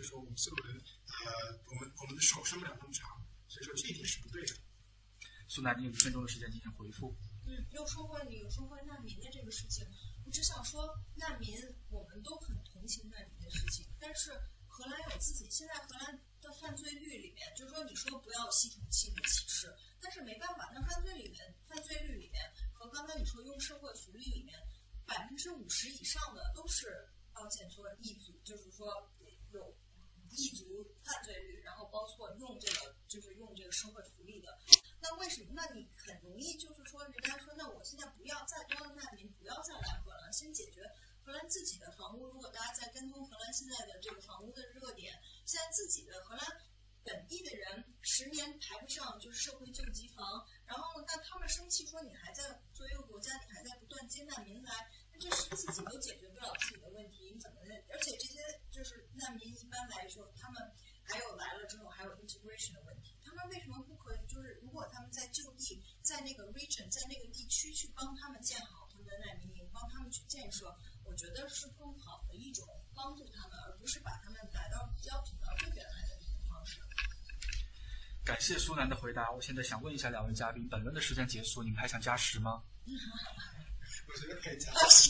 就是说我们所有人，呃，我们我们的手伸不了那么长，所以说这一点是不对的。 苏南，你有一分钟的时间进行回复。 嗯，又说回你又说回难民的这个事情，我只想说，难民我们都很同情难民的事情，但是荷兰有自己，现在荷兰的犯罪率里面，就是说你说不要系统性的歧视，但是没办法，那犯罪里面犯罪率里面和刚才你说用社会福利里面，百分之五十以上的都是要检测异族，就是说有异族犯罪率，然后包括用这个就是用这个社会福利的。那为什么？那你很容易就是说，人家说，那我现在不要再多的难民，不要再来荷兰，先解决荷兰自己的房屋。如果大家在跟踪荷兰现在的这个房屋的热点，现在自己的荷兰本地的人十年排不上就是社会救济房，然后呢，但他们生气说你还在作为一个国家，你还在不断接难民来，那这是自己都解决不了自己的问题，你怎么的？而且这些就是难民一般来说，他们还有来了之后还有 integration 的问题。他们为什么不可以？就是如果他们在就地，在那个 region， 在那个地区去帮他们建好他们的难民营，帮他们去建设，我觉得是更好的一种帮助他们，而不是把他们来到邀请到这边来的一种方式。 感谢苏南的回答。我现在想问一下两位嘉宾，本轮的时间结束，你们还想加时吗？ 我觉得可以加时。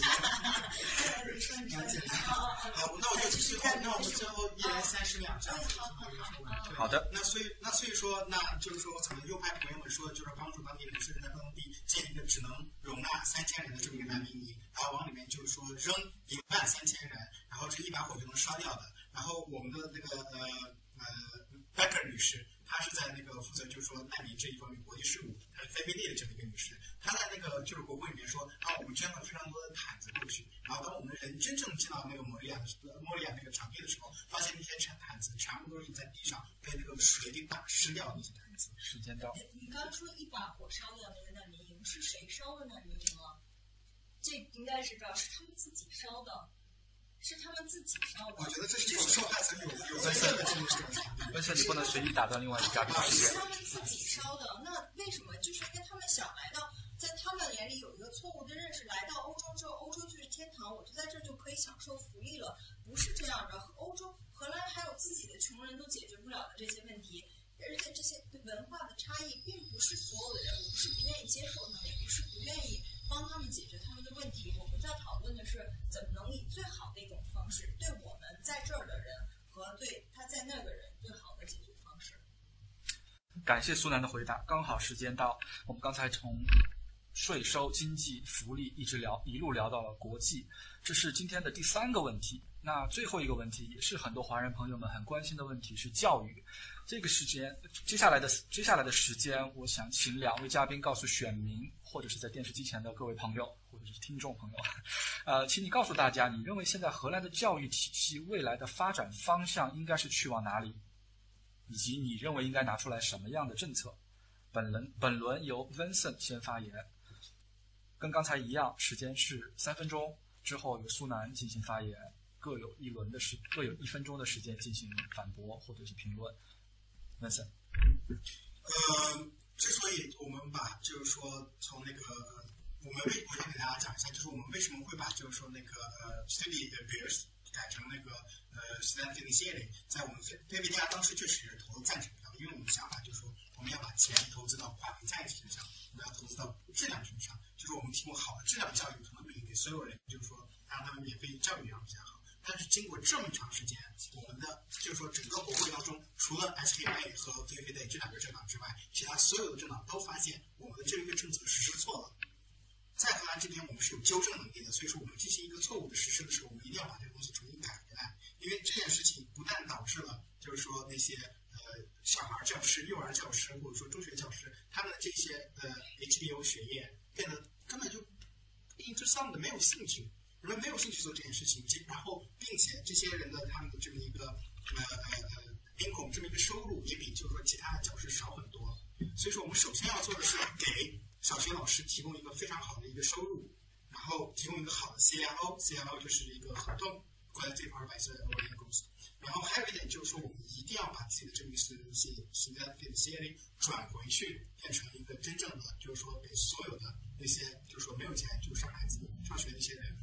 好，那我就最后，那我们最后一人三十秒这样子。 好的。 那所以，那所以说，那就是说，可能右派朋友们说，就是帮助当地人甚至在当地建一个只能容纳三千人的这么一个难民营，然后往里面就是说扔一万三千人，然后这一把火就能烧掉的。然后我们的那个呃呃 Becker 女士，她是在那个负责就是说难民这一方面国际事务，她是菲菲利的这么一个女士，她在那个就是国会里面说啊，我们捐了非常多的毯子过去，然后当我们人真正进到那个摩利亚的摩利亚那个场地的时候，发现那些毯子全部都是在地上被那个水给打湿掉的那些毯子。 时间到。 你刚说一把火烧掉那个难民营，是谁烧的难民营啊？这应该是知道是他们自己烧的。是他们自己烧的。 我觉得这是一种受害者有有责任的这种事情。 温森，你不能随意打断另外一个嘉宾的时间。 是他们自己烧的，那为什么？就是因为他们想来到，在他们眼里有一个错误的认识，来到欧洲之后，欧洲就是天堂，我就在这就可以享受福利了。不是这样的，欧洲、荷兰还有自己的穷人都解决不了的这些问题，而且这些文化的差异，并不是所有的人，我不是不愿意接受他们，也不是不愿意帮他们解决他们的问题。我们在讨论的是怎么能以最好的一种方式，对我们在这儿的人和对他在那个人最好的解决方式。 感谢苏南的回答。刚好时间到，我们刚才从税收、经济、福利一直聊，一路聊到了国际，这是今天的第三个问题。那最后一个问题，也是很多华人朋友们很关心的问题，是教育。这个时间，接下来的接下来的时间，我想请两位嘉宾告诉选民，或者是在电视机前的各位朋友，或者是听众朋友，呃，请你告诉大家，你认为现在荷兰的教育体系未来的发展方向应该是去往哪里，以及你认为应该拿出来什么样的政策？本轮本轮由 Vincent 先发言，跟刚才一样，时间是三分钟，之后由苏南进行发言，各有一轮的时，各有一分钟的时间进行反驳或者是评论。Vincent， 呃，之所以我们把就是说从那个我们为我想给大家讲一下，就是我们为什么会把就是说那个呃 study abuse 改成那个呃 student financing， 在我们菲菲利亚当时确实是投了赞成票，因为我们的想法就是说我们要把钱投资到跨境在一起身上，我们要投资到质量身上，就是我们提供好的质量教育，可能比给所有人就是说让他们免费教育要比较好。但是经过这么长时间，我们的就是说整个国会当中，除了 S K A 和 V V D 这两个政党之外，其他所有的政党都发现我们的这一个政策实施错了。在荷兰这边，我们是有纠正能力的，所以说我们进行一个错误的实施的时候，我们一定要把这个东西重新改回来。因为这件事情不但导致了，就是说那些呃小孩教师、幼儿教师或者说中学教师，他们的这些呃 H B O 学业变得根本就 interesting 的没有兴趣。人们没有兴趣做这件事情，然后并且这些人的他们的这么一个呃呃呃 income 这么一个收入也比就是说其他的教师少很多，所以说我们首先要做的是给小学老师提供一个非常好的一个收入，然后提供一个好的 C I O，C I O 就是一个合同 collective arbeidsrecht overeenkomst， 然后还有一点就是说我们一定要把自己的这个是是是 financing 转回去，变成一个真正的就是说给所有的那些就是说没有钱就上孩子上学的一些人。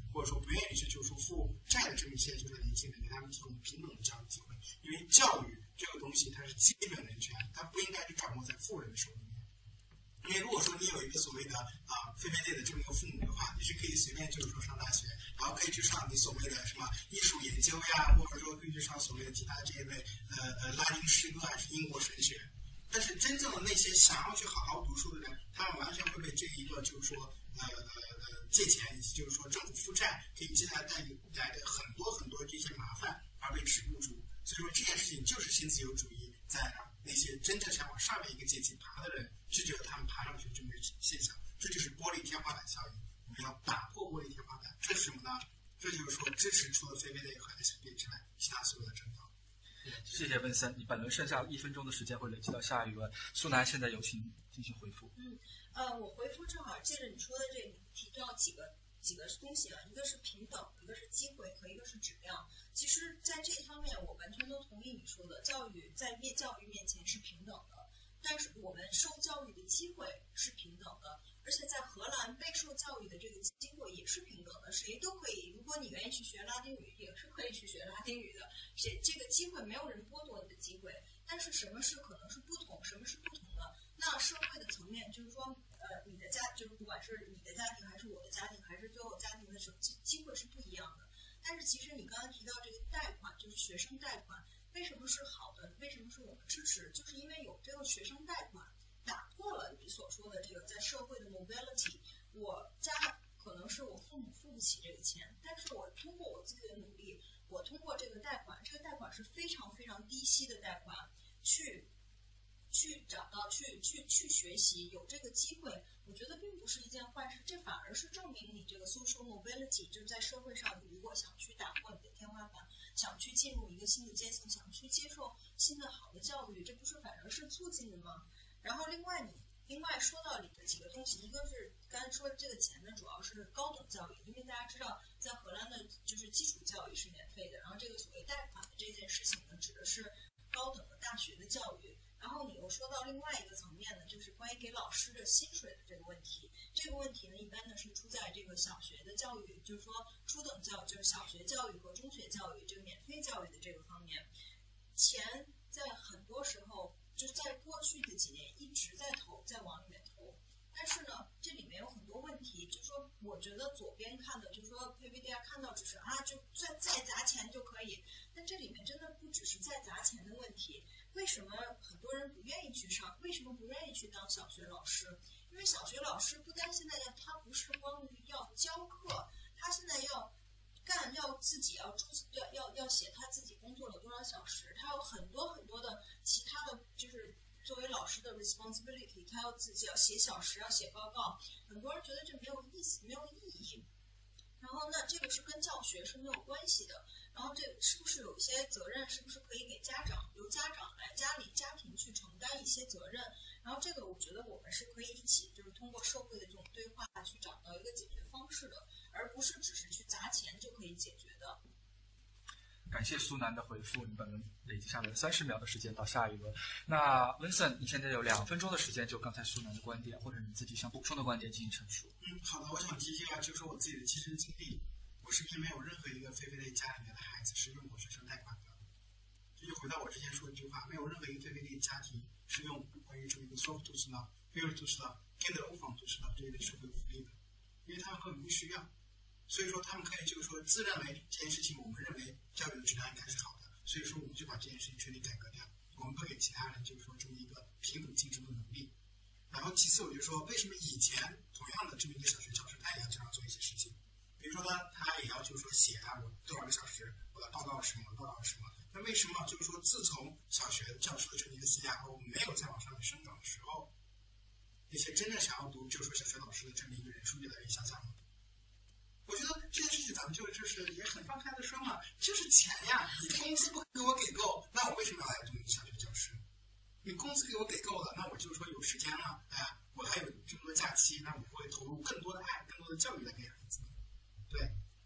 或者说不愿意去就是说负债的这么一些就是年轻人，给他们提供平等的教育机会。因为教育这个东西它是基本人权，它不应该是掌握在富人的手里面。因为如果说你有一个所谓的啊非非类的这么一个父母的话，你是可以随便就是说上大学，然后可以去上你所谓的什么艺术研究呀，或者说可以去上所谓的其他这一类呃呃拉丁诗歌还是英国神学。但是真正的那些想要去好好读书的人，他们完全会被这一个就是说呃呃呃借钱以及就是说政府负债给接下来带来的很多很多这些麻烦而被止步住。所以说这件事情就是新自由主义在让那些真正想往上面一个阶级爬的人拒绝了他们爬上去这么一个现象。这就是玻璃天花板效应，我们要打破玻璃天花板。这是什么呢？这就是说支持除了非非类和 S P 之外其他所有的政党。 谢谢文森，你本轮剩下一分钟的时间会累积到下一轮。苏南现在有请进行回复。 嗯，呃，我回复正好借着你说的这个，你提到几个几个东西啊，一个是平等，一个是机会和一个是质量。其实，在这一方面，我完全都同意你说的，教育在面教育面前是平等的，但是我们受教育的机会是平等的。而且在荷兰被受教育的这个机会也是平等的，谁都可以。如果你愿意去学拉丁语，也是可以去学拉丁语的。谁这个机会没有人剥夺你的机会，但是什么是可能是不同，什么是不同的？那社会的层面就是说，呃，你的家就是不管是你的家庭还是我的家庭，还是最后家庭的时候，机机会是不一样的。但是其实你刚才提到这个贷款，就是学生贷款，为什么是好的？为什么是我们支持？就是因为有这个学生贷款。打破了你所说的这个在社会的 mobility， 我家可能是我父母付不起这个钱，但是我通过我自己的努力，我通过这个贷款，这个贷款是非常非常低息的贷款，去去找到去去去学习，有这个机会，我觉得并不是一件坏事，这反而是证明你这个 social mobility， 就是在社会上，你如果想去打破你的天花板，想去进入一个新的阶层，想去接受新的好的教育，这不是反而是促进的吗？然后另外你另外说到里的几个东西，一个是刚才说的这个钱呢，主要是高等教育，因为大家知道在荷兰的就是基础教育是免费的，然后这个所谓贷款的这件事情呢，指的是高等的大学的教育。然后你又说到另外一个层面呢，就是关于给老师的薪水的这个问题。这个问题呢，一般呢是出在这个小学的教育，就是说初等教育，就是小学教育和中学教育这个免费教育的这个方面，钱在很多时候。就是在过去的几年一直在投，在往里面投，但是呢，这里面有很多问题。就是说，我觉得左边看的，就是说 P V D 看到只是啊，就再再砸钱就可以，但这里面真的不只是再砸钱的问题。为什么很多人不愿意去上？为什么不愿意去当小学老师？因为小学老师不单现在要，他不是光于要教课，他现在要。干要自己要注要要要写他自己工作了多少小时，他有很多很多的其他的，就是作为老师的 responsibility， 他要自己要写小时，要写报告。很多人觉得这没有意思，没有意义。然后呢，这个是跟教学是没有关系的。然后这是不是有一些责任，是不是可以给家长由家长来家里家庭去承担一些责任？然后这个我觉得我们是可以一起，就是通过社会的这种对话去找到一个解决方式的，而不是只是去砸钱就可以解决的。 感谢苏南的回复，你本轮累积下来三十秒的时间到下一轮。那温森，你现在有两分钟的时间，就刚才苏南的观点或者你自己想补充的观点进行陈述。 嗯，好的，我想提一下，就是说我自己的亲身经历，我身边没有任何一个非非类家里面的孩子是用过学生贷款的。这就回到我之前说的一句话，没有任何一个非非类家庭是用关于这么一个 soft to s l o v e real to s l o v e kinder often to s l o v e 这一类社会福利的，因为他们根本不需要。所以说，他们可以就是说自认为这件事情，我们认为教育的质量应该是好的，所以说我们就把这件事情全力改革掉，我们不给其他人就是说这么一个平等竞争的能力。然后其次，我就说为什么以前同样的这么一个小学教师，他也要经常做一些事情，比如说呢，他也要就是说写啊，我多少个小时，我的报告什么，报告什么。那为什么就是说自从小学教师的这么一个 C R O 没有再往上面生长的时候，那些真正想要读就是说小学老师的这么一个人数越来越下降了？我觉得这件事情咱们就就是也很放开的说嘛，就是钱呀，你工资不给我给够，那我为什么要来读你小学教师？你工资给我给够了，那我就是说有时间了，哎，我还有这么多假期，那我会投入更多的爱、更多的教育来给孩子。对。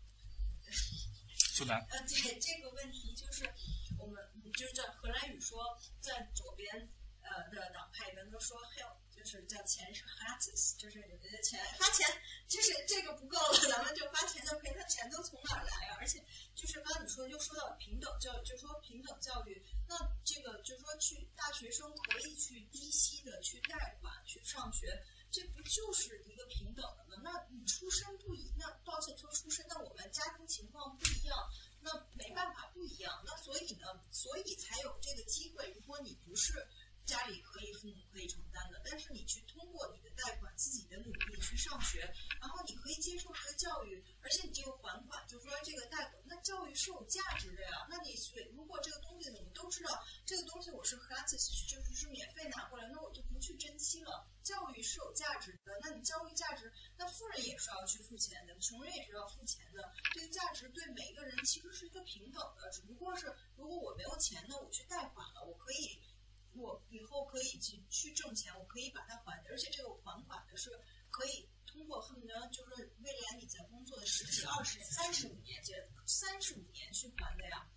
苏南。 呃，对这个问题就是我们就是在荷兰语说，在左边呃的党派人都说 help，就就是叫钱是 gratis， 就是钱发钱，就是这个不够了，咱们就发钱就可以，那钱都从哪儿来啊？而且就是刚才你说又说到平等教育，就说平等教育，那这个就是说去大学生可以去低息的去贷款去上学，这不就是一个平等的吗？那你出身不一，那抱歉说出身，那我们家庭情况不一样，那没办法不一样，那所以呢，所以才有这个机会。如果你不是家里可以父母可以承担的，但是你去通过你的贷款自己的努力去上学，然后你可以接受这个教育，而且你这个还款就是说这个贷款，那教育是有价值的呀。那你如果这个东西你们都知道这个东西我是 gratis 就是是免费拿过来，那我就不去珍惜了。教育是有价值的，那你教育价值，那富人也是要去付钱的，穷人也是要付钱的。这个价值对每个人其实是一个平等的，只不过是如果我没有钱呢，我去贷款了，我可以。我以后可以去去挣钱，我可以把它还，而且这个还款的是可以通过恨不得就是未来你在工作的十几、二十年、三十五年、三十五年去还的呀。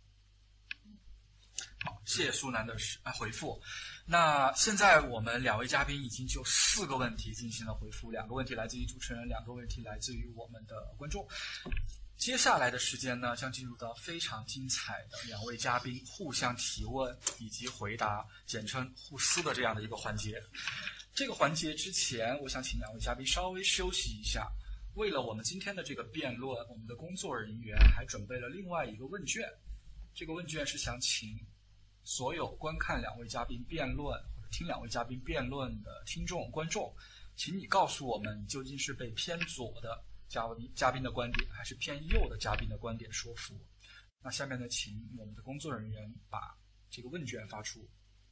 好，谢谢苏南的回复。那现在我们两位嘉宾已经就四个问题进行了回复，两个问题来自于主持人，两个问题来自于我们的观众。接下来的时间呢，将进入到非常精彩的两位嘉宾互相提问以及回答，简称互撕的这样的一个环节。这个环节之前，我想请两位嘉宾稍微休息一下。为了我们今天的这个辩论，我们的工作人员还准备了另外一个问卷。这个问卷是想请所有观看两位嘉宾辩论或者听两位嘉宾辩论的听众观众，请你告诉我们，你究竟是被偏左的嘉宾嘉宾的观点，还是偏右的嘉宾的观点说服？那下面呢，请我们的工作人员把这个问卷发出。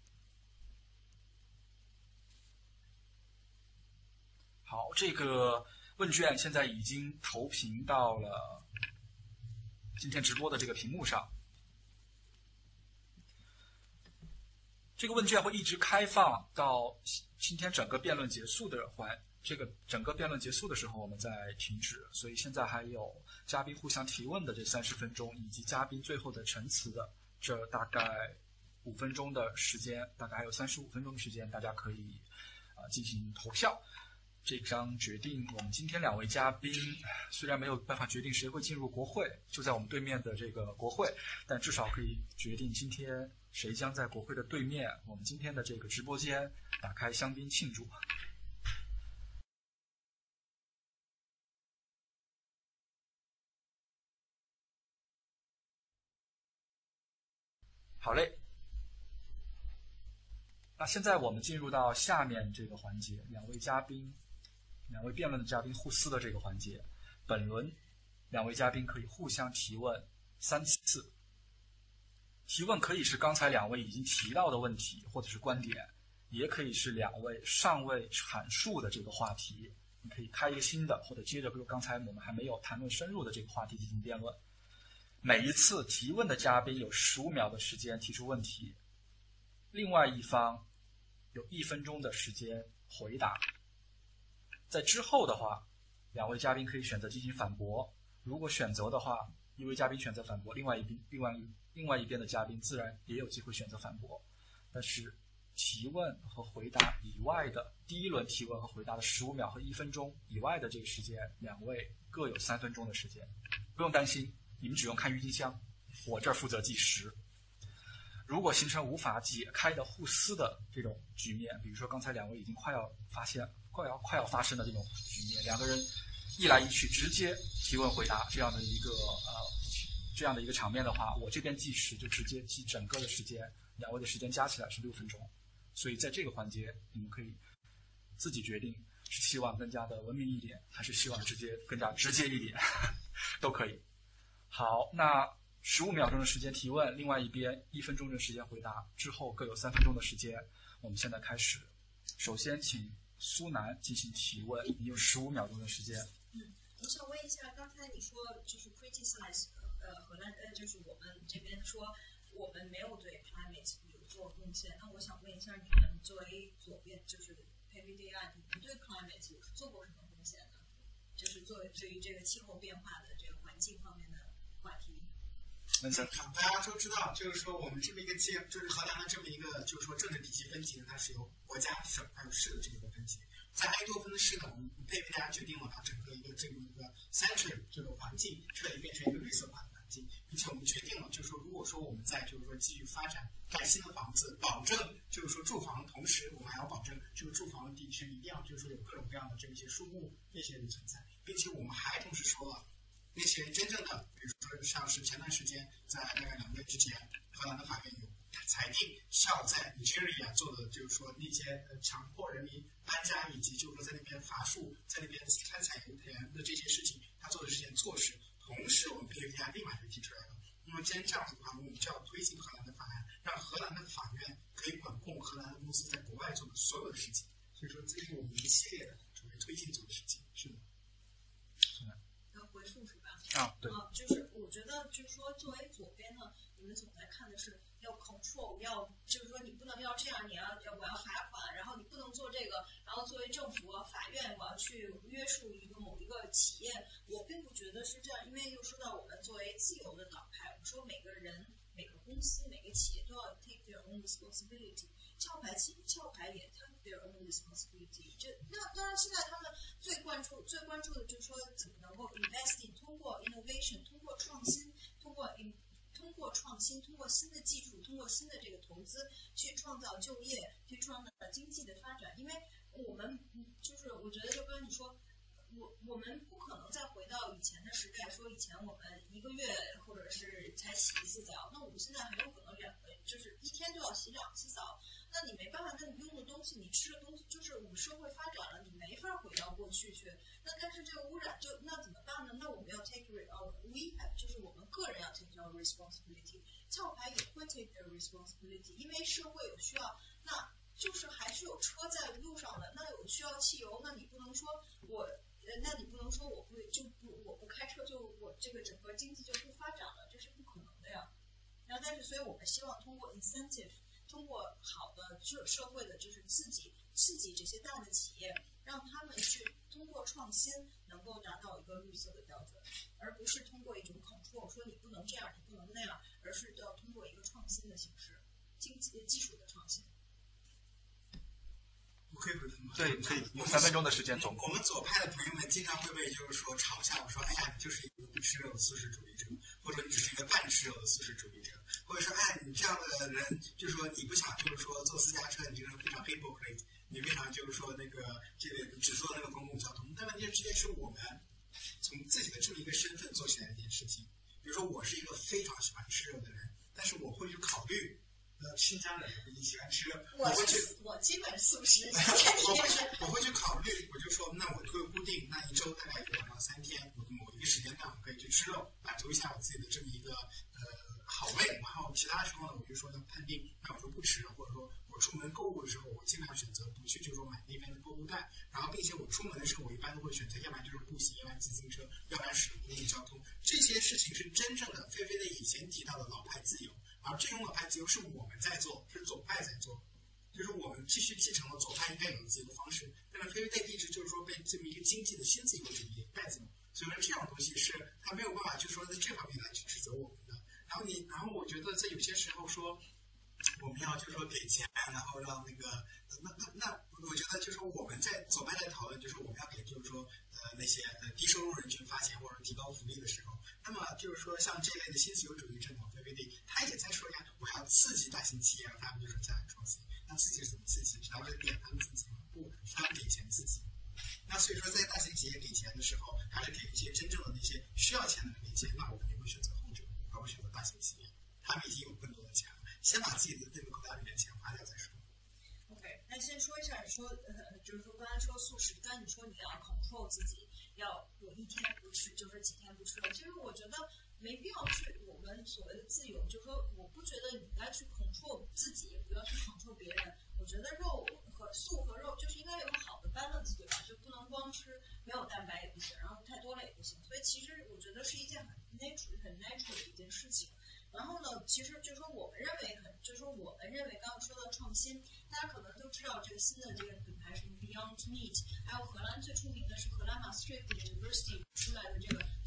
好，这个问卷现在已经投屏到了今天直播的这个屏幕上。这个问卷会一直开放到今天整个辩论结束的环。这个整个辩论结束的时候，我们再停止。所以现在还有嘉宾互相提问的这三十分钟，以及嘉宾最后的陈词的这大概五分钟的时间，大概还有三十五分钟的时间，大家可以啊、呃、进行投票。这将决定我们今天两位嘉宾虽然没有办法决定谁会进入国会，就在我们对面的这个国会，但至少可以决定今天谁将在国会的对面，我们今天的这个直播间打开香槟庆祝。好嘞，那现在我们进入到下面这个环节，两位嘉宾，两位辩论的嘉宾互撕的这个环节。本轮两位嘉宾可以互相提问三次，提问可以是刚才两位已经提到的问题或者是观点，也可以是两位尚未阐述的这个话题，你可以开一个新的，或者接着比如刚才我们还没有谈论深入的这个话题进行辩论。每一次提问的嘉宾有十五秒的时间提出问题，另外一方有一分钟的时间回答。在之后的话，两位嘉宾可以选择进行反驳。如果选择的话，一位嘉宾选择反驳，另外一边另外一另外一边的嘉宾自然也有机会选择反驳。但是提问和回答以外的第一轮提问和回答的十五秒和一分钟以外的这个时间，两位各有三分钟的时间。不用担心，你们只用看郁金香，我这儿负责计时。如果形成无法解开的互撕的这种局面，比如说刚才两位已经快要发现、快要快要发生的这种局面，两个人一来一去直接提问回答这样的一个呃这样的一个场面的话，我这边计时就直接计整个的时间，两位的时间加起来是六分钟。所以在这个环节，你们可以自己决定是希望更加的文明一点，还是希望直接更加直接一点，都可以。好，那十五秒钟的时间提问，另外一边一分钟的时间回答，之后各有三分钟的时间。我们现在开始，首先请苏南进行提问，你有十五秒钟的时间。 嗯，我想问一下，刚才你说就是 criticize， 呃，荷兰呃，就是我们这边说我们没有对 climate 有做贡献，那我想问一下，你们作为左边就是 P V D I， 你们对 climate 有做过什么贡献呢？就是作为对于这个气候变化的这个环境方面的话题。 文森， 大家都知道，就是说我们这么一个阶，就是荷兰的这么一个，就是说政治体系分级呢，它是由国家、省还有市的这么一个分级。在埃多芬的市呢，我们佩佩大家决定了把整个一个这么一个 center 这个环境彻底变成一个绿色化的环境，并且我们决定了，就是说如果说我们在就是说继续发展盖新的房子，保证就是说住房，同时我们还要保证这个住房的地区一定要就是说有各种各样的这些树木这些的存在，并且我们还同时说了。那些真正的，比如说像是前段时间，在大概两个月之前，荷兰的法院有裁定，要在 Nigeria 做的，就是说那些呃强迫人民搬家，以及就是说在那边伐树，在那边开采油田的这些事情，他做的这些措施。同时，我们 P V D I 立马就提出来了。那么既然这样子的话，我们就要推进荷兰的法案，让荷兰的法院可以管控荷兰的公司在国外做的所有的事情。所以说，这是我们一系列的准备推进做的事情。是的。 是的。 要回复是吧？ 啊，对。 啊，就是我觉得，就是说，作为左边呢，你们总在看的是要 control， 要就是说你不能要这样，你要要我要罚款，然后你不能做这个，然后作为政府、法院，我要去约束一个某一个企业，我并不觉得是这样，因为又说到我们作为自由的党派，我们说每个人、每个公司、每个企业都要 take their own responsibility。壳牌其实壳牌也 take their own responsibility。就那当然，现在他们最关注、最关注的就是说怎么能够 investing， 通过 innovation， 通过创新，通过 in。通过创新，通过新的技术，通过新的这个投资，去创造就业，去创造经济的发展。因为我们就是我觉得，就跟你说，我我们不可能再回到以前的时代，说以前我们一个月或者是才洗一次澡，那我们现在很有可能两个，就是一天就要洗两次澡。那你没办法，那你用的东西，你吃的东西，就是我们社会发展了，你没法回到过去去。那但是这个污染就那怎么办呢？那我们要 take our we have， 就是我们个人要 take our responsibility。壳牌也会 take their responsibility， 因为社会有需要，那就是还是有车在路上的，那有需要汽油，那你不能说我，呃，那你不能说我不就不我不开车就我这个整个经济就不发展了，这是不可能的呀。然后但是所以我们希望通过 incentive。通过好的社社会的就是刺激刺激这些大的企业，让他们去通过创新能够达到一个绿色的标准，而不是通过一种 control 说你不能这样你不能那样，而是要通过一个创新的形式，经济技术的创新。 我可以回复吗？ 对，可以。有三分钟的时间总共。 我们左派的朋友们经常会被就是说嘲笑，我说哎呀，你就是一个不吃肉的素食主义者，或者你只是一个半吃肉的素食主义者。或者说，哎，你这样的人，就是说你不想，就是说坐私家车，你这个人非常 hypocrite， 你非常就是说那个这个只坐那个公共交通。但问题这件是我们从自己的这么一个身份做起来的一件事情。比如说，我是一个非常喜欢吃肉的人，但是我会去考虑，呃，新疆人你喜欢吃肉，我会去， 我基本素食， 我会去，我会去考虑，我就说，那我会固定，那一周大概有两到三天，我某一个时间段我可以去吃肉，满足一下我自己的这么一个呃。好味，然后其他时候呢，我就说要判定，那我就不吃了，或者说我出门购物的时候，我尽量选择不去，就是说买那边的购物袋，然后并且我出门的时候，我一般都会选择，要不然就是步行，要不然自行车，要不然使用公共交通。这些事情是真正的菲菲的以前提到的老派自由，而这种老派自由是我们在做，是左派在做，就是我们继续继承了左派应该有的自由方式，但是菲菲的一直就是说被这么一个经济的新自由主义带走，所以说这样东西是他没有办法，就是说在这方面来去指责我们的。然后你，然后我觉得在有些时候说，我们要就是说给钱，然后让那个，那那那，我觉得就是说我们在左派在讨论，就是我们要给就是说呃那些呃低收入人群发钱或者提高福利的时候，那么就是说像这类的新自由主义政党 V V D， 他也在说呀，我要刺激大型企业，让他们就是加以创新。那刺激是怎么刺激？然后就点他们自己吗？不，他们给钱自己。那所以说，在大型企业给钱的时候，还是给一些真正的那些需要钱的人给钱，那我肯定会选择后者。而不选择大型企业，他们已经有更多的钱了，先把自己的那个口袋里面钱花掉再说。 OK， 那先说一下，你说呃，就是说刚才说素食，刚才你说你要 control 自己，要我一天不吃，就是几天不吃了。其实我觉得没必要去我们所谓的自由，就是说我不觉得你应该去 control 自己，也不要去 control 别人。我觉得肉和素和肉就是应该有个好的 balance， 对吧？就不能光吃没有蛋白也不行，然后太多了也不行。所以其实我觉得是一件很 natural 很 natural 的一件事情。然后呢，其实就是说我们认为很，就是说我们认为刚刚说到创新，大家可能都知道这个新的这个品牌是 Beyond Meat， 还有荷兰最出名的是荷兰 Maastricht University 出来的这个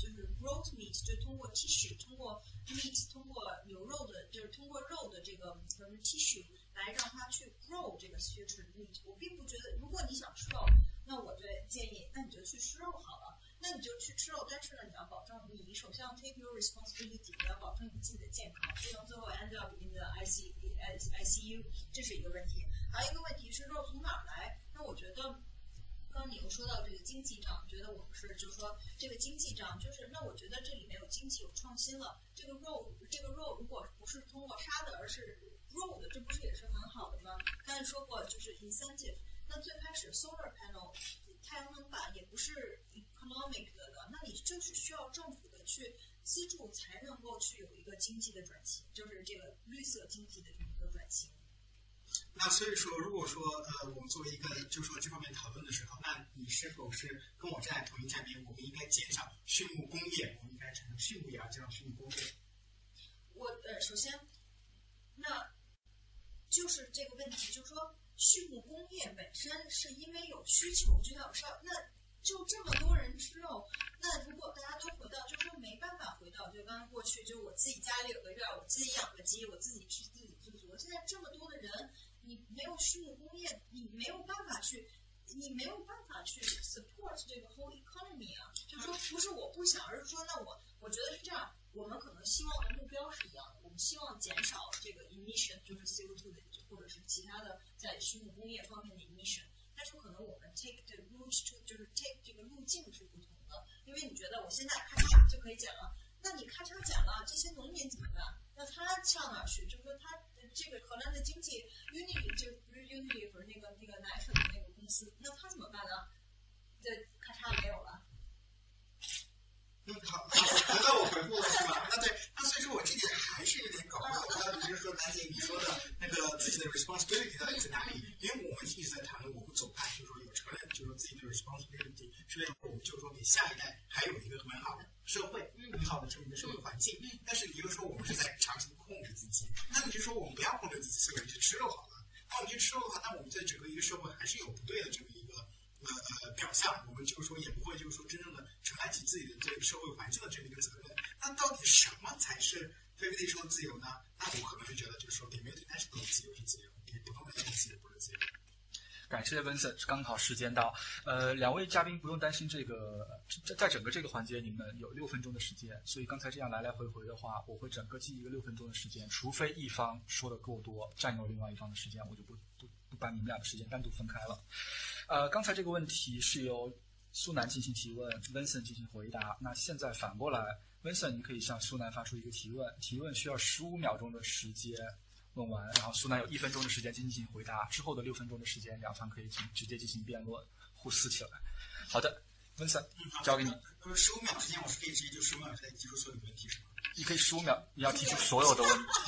就是 growth meat， 就通过 tissue， 通过 meat， 通过牛肉的，就是通过肉的这个什么 tissue 来让它去 grow 这个 future meat。我并不觉得，如果你想吃肉，那我就建议，那你就去吃肉好了。那你就去吃肉，但是呢，你要保证你首先要 take your responsibility， 你要保证你自己的健康，不能最后 end up in the I C I C U， 这是一个问题。还有一个问题是肉从哪儿来？那我觉得，刚刚你又说到这个经济账，觉得我们是就是说这个经济账，就是那我觉得这里面有经济有创新了。这个肉，这个肉如果不是通过杀的，而是肉的，这不是也是很好的吗？刚才说过就是 incentive。那最开始 solar panel 太阳能板也不是 economic 的的，那你就是需要政府的去资助，才能够去有一个经济的转型，就是这个绿色经济的这么一个转型。 那所以说，如果说呃，我们作为一个就是说这方面讨论的时候，那你是否是跟我站在同一站边？我们应该减少畜牧工业，我们应该产生畜牧业，而减少畜牧工业。 我呃，首先，那就是这个问题，就是说。畜牧工业本身是因为有需求就要有烧，那就这么多人吃肉，那如果大家都回到，就是说没办法回到，就刚刚过去，就我自己家里有个院，我自己养个鸡，我自己吃自己自足。现在这么多的人，你没有畜牧工业，你没有办法去，你没有办法去 support 这个 whole economy 啊。就是说，不是我不想，而是说，那我我觉得是这样，我们可能希望的目标是一样的，我们希望减少这个 emission， 就是 C O 二 的。或者是其他的在畜牧工业方面的 emission， 但是可能我们 take the route to 就是 take 这个路径是不同的，因为你觉得我现在咔嚓就可以减了，那你咔嚓减了，这些农民怎么办？那他上哪去？就是说他这个荷兰的经济 Unity 就不是 Unity 不是那个那个奶粉的那个公司，那他怎么办呢？这咔嚓没有了。 嗯，好，回到我回复了是吧？那对，那所以说我这点还是有点搞不懂。那比如说南姐你说的那个自己的 responsibility 到底在哪里？因为我们一直在谈论我们左派，就是说有承认，就是说自己的 responsibility 是为了我们就是说给下一代还有一个很好的社会，很好的这么一个社会环境。但是你又说我们是在长期控制自己，那你就说我们不要控制自己，所以去吃肉好了。那我们去吃肉的话，那我们在整个一个社会还是有不对的这么一个。呃呃，表象，我们就是说也不会就是说真正的承担起自己的这个社会环境的这么一个责任。那到底什么才是非非得说自由呢？那我可能就觉得就是说，给 multinational 自由是自由，给普通人的自由不是自由。 感谢 Vincent， 刚好时间到。呃，两位嘉宾不用担心这个，在在整个这个环节你们有六分钟的时间，所以刚才这样来来回回的话，我会整个记一个六分钟的时间，除非一方说的够多，占用另外一方的时间，我就不不不把你们俩的时间单独分开了。呃，刚才这个问题是由苏南进行提问 ，Vincent 进行回答。那现在反过来 ，Vincent 你可以向苏南发出一个提问，提问需要十五秒钟的时间问完，然后苏南有一分钟的时间进行回答，之后的六分钟的时间，两方可以进直接进行辩论，互撕起来。好的 ，Vincent 交给你。 呃，十五秒之间我是可以直接就十五秒之内提出所有的问题是吗？ 你可以十五秒，你要提出所有的问题。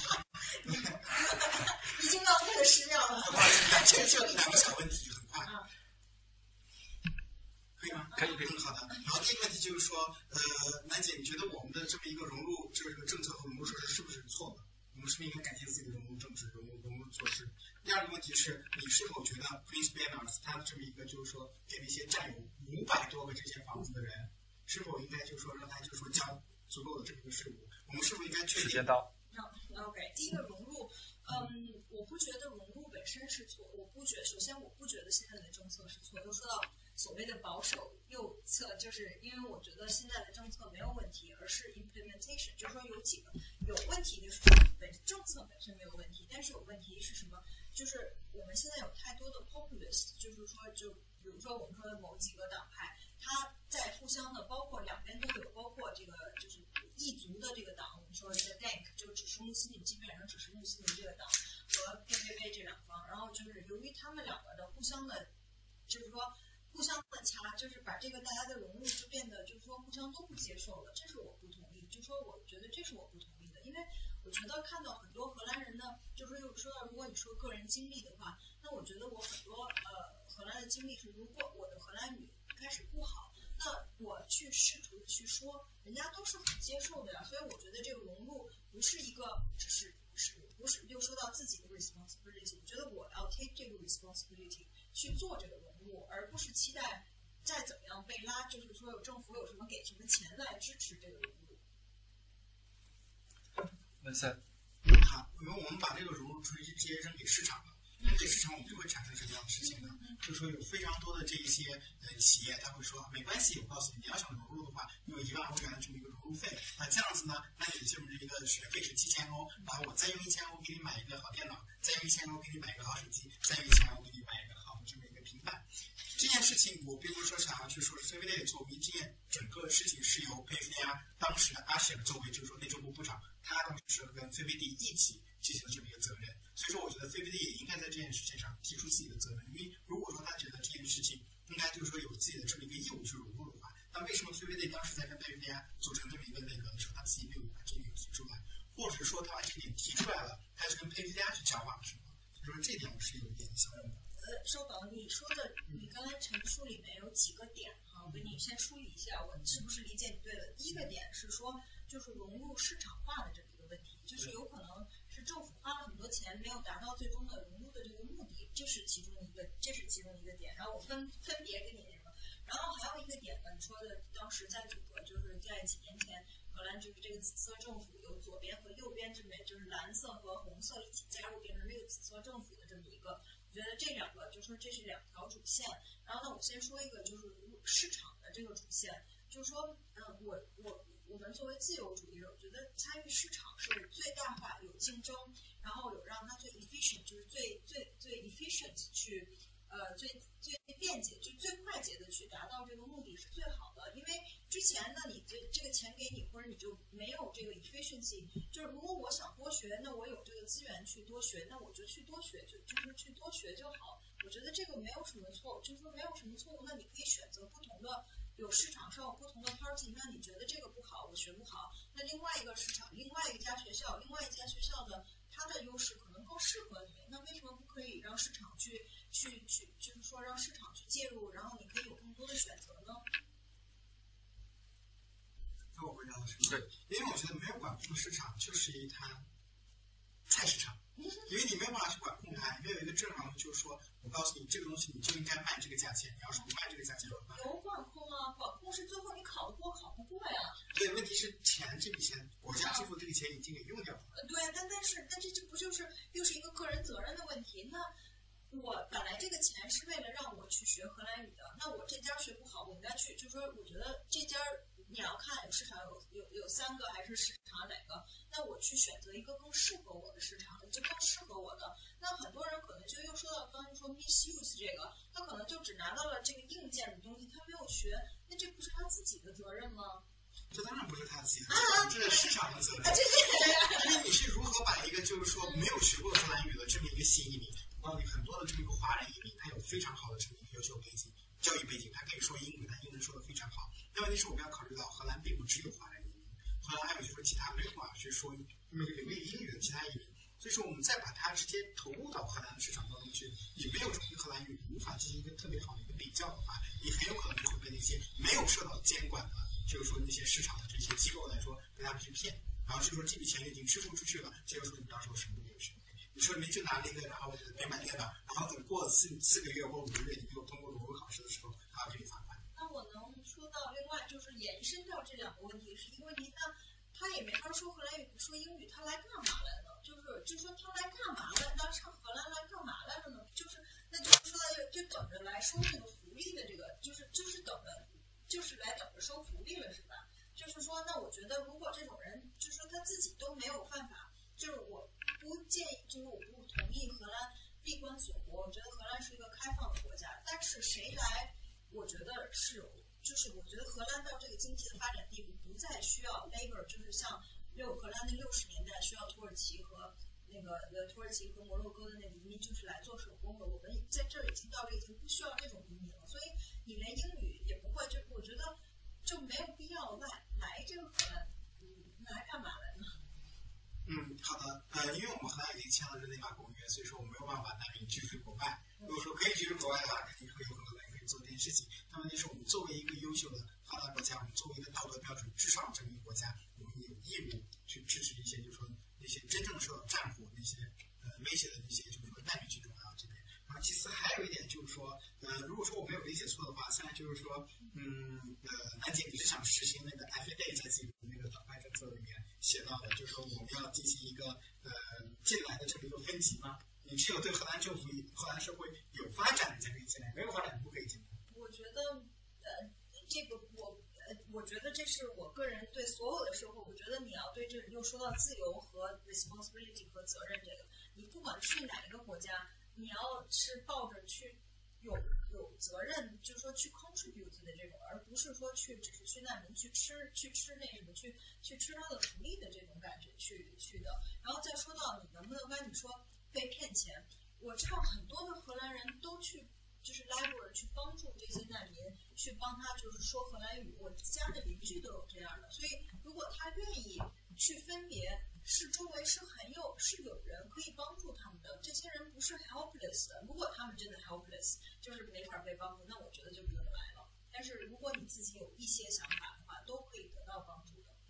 已经浪费了十秒了。 这这两个小问题很快。可以吗？ 可以，可以。 嗯，好的。然后第一个问题就是说，呃，南姐，你觉得我们的这么一个融入这个政策和融入措施是不是错的？我们是不是应该改进自己的融入政治、融入融入措施？第二个问题是，你是否觉得 Prince Bernhard 他的这么一个就是说，给那些占有五百多个这些房子的人，是否应该就是说让他就是说交足够的这么一个税务？我们是否应该确定？ 时间到。 嗯 ，OK， 第一个融入，嗯，我不觉得融入本身是错，我不觉，首先我不觉得现在的政策是错。又说到所谓的保守右侧，就是因为我觉得现在的政策没有问题，而是 implementation， 就是说有几个有问题，就是本政策本身没有问题，但是有问题是什么？就是我们现在有太多的 populist， 就是说，就比如说我们说的某几个党派，它在互相的，包括两边都有，包括这个就是异族的这个党，我们说的 D A N C 就只是穆斯林，基本上只是穆斯林这个党和 P P P 这两方，然后就是由于他们两个的互相的，就是说互相的掐，就是把这个大家的融入就变得就是说互相都不接受了，这是我不同意，就说我觉得这是我不同意的，因为我觉得看到很多荷兰人呢，就是又说到如果你说个人经历的话，那我觉得我很多呃荷兰的经历是，如果我的荷兰语开始不好，那我去试图的去说，人家都是很接受的呀。所以我觉得这个融入不是一个只是是不是又说到自己的 responsibility， 我觉得我要 take 这个 responsibility 去做这个融入，而不是期待再怎么样被拉，就是说有政府有什么给什么钱来支持这个融入。 文森， 好，因为我们把这个融入直接直接扔给市场了。扔给市场，我们就会产生什么样的事情呢？就是说有非常多的这一些呃企业，他会说没关系，我告诉你，你要想融入的话，你有一万欧元的这么一个融入费，那这样子呢，那你就是一个学费是七千欧，然后我再用一千欧给你买一个好电脑，再用一千欧给你买一个好手机，再用一千欧给你买一个好的这么一个平板。这件事情我并不是说想要去说是 C V D 作为这件整个事情是由佩菲亚当时的阿什尔作为就是说内政部部长，他当时跟 C V D 一起进行了这么一个责任。所以说，我觉得 C V D 也应该在这件事情上提出自己的责任，因为如果说他觉得这件事情应该就是说有自己的这么一个义务去融入的话，那为什么 C V D 当时在跟佩菲亚组成这么一个那个的时候，他自己没有把这一点提出来，或者是说他把这一点提出来了，他是跟佩菲亚去交往什么？所以说这点我是有一点想问的。 呃，稍等，你说的，你刚才陈述里面有几个点哈，我给你先梳理一下，我是不是理解你对了？第一个点是说，就是融入市场化的这么一个问题，就是有可能是政府花了很多钱，没有达到最终的融入的这个目的，这是其中一个，这是其中一个点。然后我分分别给你那个，然后还有一个点呢，你说的当时在祖国，就是在几年前，荷兰就是这个紫色政府有左边和右边这么，就是蓝色和红色一起加入变成这个紫色政府的这么一个。我觉得这两个就说这是两条主线，然后呢，我先说一个就是市场的这个主线，就是说，嗯，我我我们作为自由主义者，我觉得参与市场是最大化有竞争，然后有让它最 efficient， 就是最最最 efficient 去，呃，最最便捷，就最快捷的去达到这个目的是最好的，因为之前呢，你这这个钱给你，或者你就没有这个 efficiency， 就是如果我想多学，那我有这个资源去多学，那我就去多学，就就是去多学就好。我觉得这个没有什么错误，就是说没有什么错误，那你可以选择不同的，有市场上有不同的 party， 那你觉得这个不好，我学不好，那另外一个市场，另外一家学校，另外一家学校的它的优势可能更适合你，那为什么不可以让市场去去去，就是说让市场去介入，然后你可以有更多的选择呢？ 那我回答的是对，因为我觉得没有管控的市场就是一摊菜市场，因为你没有办法去管控它，没有一个正常就是说，我告诉你这个东西你就应该卖这个价钱，你要是不卖这个价钱怎么办？ 有管控啊，管控是最后你考得过考不过呀。 对，问题是钱这笔钱，国家支付这个钱已经给用掉了。 对，但但是但这这不就是又是一个个人责任的问题？那我本来这个钱是为了让我去学荷兰语的，那我这家学不好，我应该去，就是说，我觉得这家你要看有市场有有有三个还是市场哪个，那我去选择一个更适合我的市场，就更适合我的。那很多人可能就又说到刚才说 misuse 这个，他可能就只拿到了这个硬件的东西，他没有学，那这不是他自己的责任吗？ 这当然不是他自己的责任，这是市场的责任。 啊，这是因为你是如何把一个就是说没有学过荷兰语的这么一个新移民，我告诉你，很多的这么一个华人移民，他有非常好的这么一个优秀背景、教育背景，他可以说英语，他英文说的非常好。但问题是我们要考虑到，荷兰并不只有华人移民，荷兰还有就是说其他没有办法去说那么一个流利英语的其他移民。所以说，我们再把它直接投入到荷兰的市场当中去，你没有中英荷兰语，无法进行一个特别好的一个比较的话，你很有可能就会被那些没有受到监管的，就是说那些市场的这些机构来说，被他们去骗。然后就说这笔钱已经支付出去了，结果说你到时候什么都没有学。你说你就拿了一个，然后没买电脑，然后等过了四四个月或五个月，你没有通过融入考试的时候，他要给你罚款。 那我能说到另外就是延伸到这两个问题是一个问题，那他也没法说荷兰语不说英语，他来干嘛来了？就是就说他来干嘛来？那上荷兰来干嘛来了呢？就是那就是说就等着来收这个福利的这个，就是就是等着就是来等着收福利了是吧？就是说，那我觉得如果这种人，就是说他自己都没有犯法，就是我不建议，就是我不同意荷兰闭关锁国。我觉得荷兰是一个开放的国家，但是谁来，我觉得是有，就是我觉得荷兰到这个经济的发展地步，不再需要 labor， 就是像六荷兰的六十年代需要土耳其和那个呃土耳其和摩洛哥的那个移民，就是来做手工的。我们在这儿已经到这已经不需要这种移民了，所以你连英语也不会，就我觉得就没有必要来来这个荷兰，嗯，来干嘛来呢？ 嗯，好的，呃，因为我们荷兰已经签了日内瓦公约，所以说我没有办法把难民拒之国外。如果说可以拒之国外的话，肯定会有很多人可以做这件事情。但问题是我们作为一个优秀的发达国家，我们作为一个道德标准至上的这么一个国家，我们有义务去支持一些，就是说那些真正受到战火那些呃威胁的那些，就是说难民群众来到这边。然后其次还有一点就是说，呃，如果说我没有理解错的话，三就是说，嗯，呃，南姐，你是想实行那个 F A D 在自己的那个党派政策里面写到的，就是说我们要进行一个呃进来的这么一个分级吗？你只有对荷兰政府、荷兰社会有发展，你才可以进来，没有发展你不可以进来。 我觉得，呃，这个我。呃，我觉得这是我个人对所有的社会，我觉得你要对这又说到自由和 responsibility 和责任这个，你不管去哪一个国家，你要是抱着去有有责任，就是说去 contribute 的这种，而不是说去只是去难民去吃去吃那什么去去吃他的福利的这种感觉去去的。然后再说到你能不能跟你说被骗钱，我知道很多的荷兰人都去。就是 library 去帮助这些难民，去帮他就是说荷兰语。我家的邻居都有这样的，所以如果他愿意去分别，是周围是很有是有人可以帮助他们的，这些人不是 helpless 的。如果他们真的 helpless， 就是没法被帮助，那我觉得就不用来了。但是如果你自己有一些想法的话，都可以得到帮助的。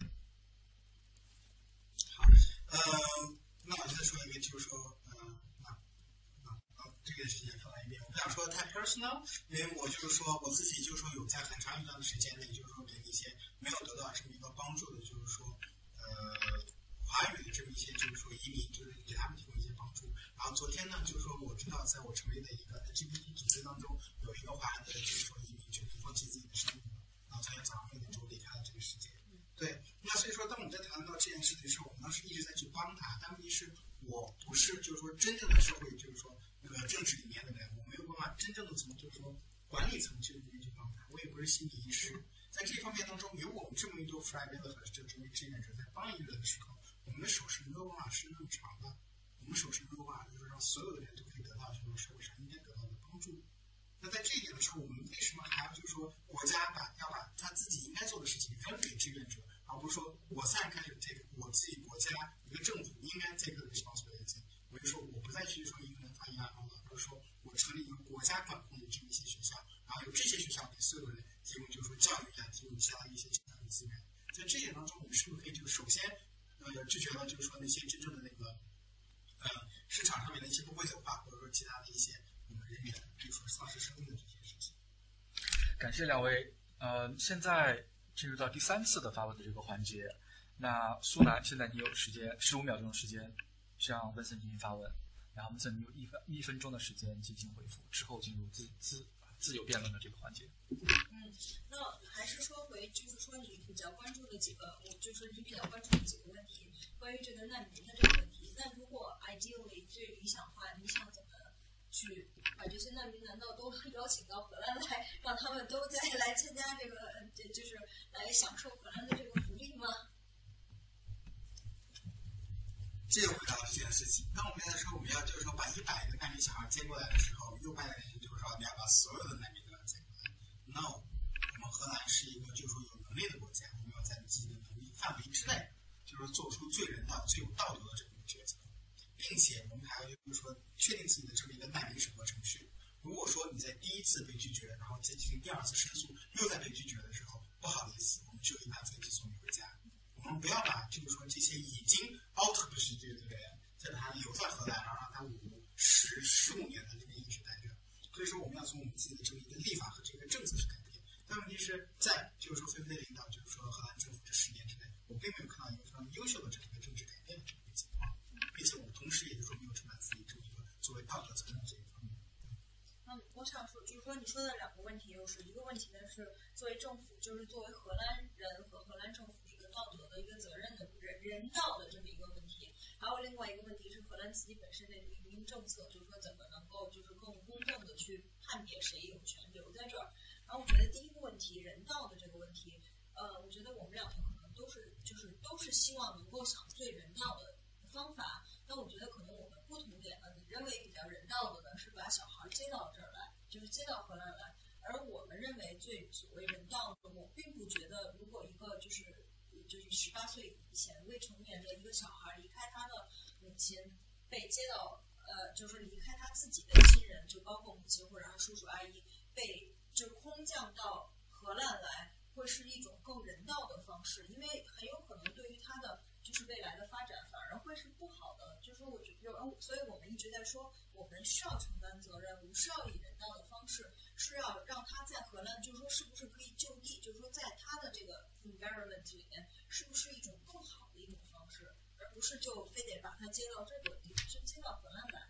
好，呃，那我再说一个，就是说，呃。这个时间放在一边，我不想说太 personal， 因为我就是说我自己就是说有在很长一段的时间内，就是说给那些没有得到这么一个帮助的，就是说呃华语的这么一些就是说移民，就是给他们提供一些帮助。然后昨天呢，就是说我知道在我成为的一个 L G B T 组织当中，有一个华人的就是说移民决定放弃自己的生命，然后在早上六点钟离开了这个世界。对，那所以说当我们在谈到这件事情的时候，我们当时一直在去帮他，但问题是我不是就是说真正的社会就是说。那个政治里面的人，我没有办法真正的从就是说管理层去里面去帮他，我也不是心理医师，在这方面当中，有我们这么一多 freiwillige 和这这么志愿者在帮一个人的时候，我们的手是没有办法伸那么长的，我们手是没有办法就是让所有的人都可以得到就是社会上应该得到的帮助。那在这一点的时候，我们为什么还要就是说国家把要把他自己应该做的事情扔给志愿者，而不是说我现在开始这个我自己国家一个政府应该这个 responsibility。我就说我不再去说英文发音啊，而是说我成立一个国家管控的这么一些学校，然后由这些学校给所有人提供就是说教育啊，提供其他的一些其他的资源。在这一点当中，我们是不是可以就是首先呃拒绝了就是说那些真正的那个呃市场上面的一些不规则化，或者说其他的一些我们人员就是说丧失生命的这些事情。 感谢两位，呃，现在进入到第三次的发问的这个环节。那苏南，现在你有时间十五秒钟的时间。向文森进行发问，然后文森你有一分一分钟的时间进行回复，之后进入自自自由辩论的这个环节。 嗯，那还是说回，就是说你比较关注的几个，我就是你比较关注的几个问题，关于这个难民的这个问题。那如果 ideally 最理想化，你想怎么去把这些难民难道都邀请到荷兰来，让他们都再来参加这个，就是来享受荷兰的这个福利吗？ 这又回到了这件事情。当我们在说我们要就是说把一百个难民小孩接过来的时候，右半个人就是说你要把所有的难民都要接过来。No， 我们荷兰是一个就是说有能力的国家，我们要在自己的能力范围之内，就是说做出最人道、最有道德的这么一个决策，并且我们还要就是说确定自己的这么一个难民审核程序。如果说你在第一次被拒绝，然后再进行第二次申诉，又在被拒绝的时候，不好意思，我们只有一班飞机送你回家。我们不要把就是说这些已经 out 不是这个人，再把他留在荷兰，然后让他五十十五年的这个一直待着。所以说我们要从我们自己的这么一个立法和这个政策去改变。但问题是在就是说菲菲的领导，就是说荷兰政府这十年之内，我并没有看到一个非常优秀的这么一个政治改变的这么一个情况，并且我们同时也就是说没有承担自己这么一个作为道德责任这一方面。 嗯，我想说，就是说你说的两个问题，就是一个问题呢是作为政府，就是作为荷兰人和荷兰政府的一个道德的一个责任的人人道的这么一个问题，还有另外一个问题是荷兰自己本身的移民政策，就是说怎么能够就是更公正的去判别谁有权留在这儿。然后我觉得第一个问题，人道的这个问题，呃，我觉得我们两个可能都是就是都是希望能够想最人道的方法。但我觉得可能我们不同点呢，你认为比较人道的呢是把小孩接到这儿来，就是接到荷兰来，而我们认为最所谓人道的，我并不觉得如果一个就是就是十八岁以前未成年的一个小孩离开他的母亲，被接到呃就是离开他自己的亲人，就包括母亲或者他叔叔阿姨，被就空降到荷兰来，会是一种更人道的方式，因为很有可能对于他的就是未来的发展反而会是不好的。就是说，我觉得，所以我们一直在说，我们需要承担责任，我们需要以人道的方式，是要让他在荷兰，就是说，是不是可以就地，就是说，在他的这个 environment 里面，是不是一种更好的一种方式，而不是就非得把他接到这个地，是接到荷兰来。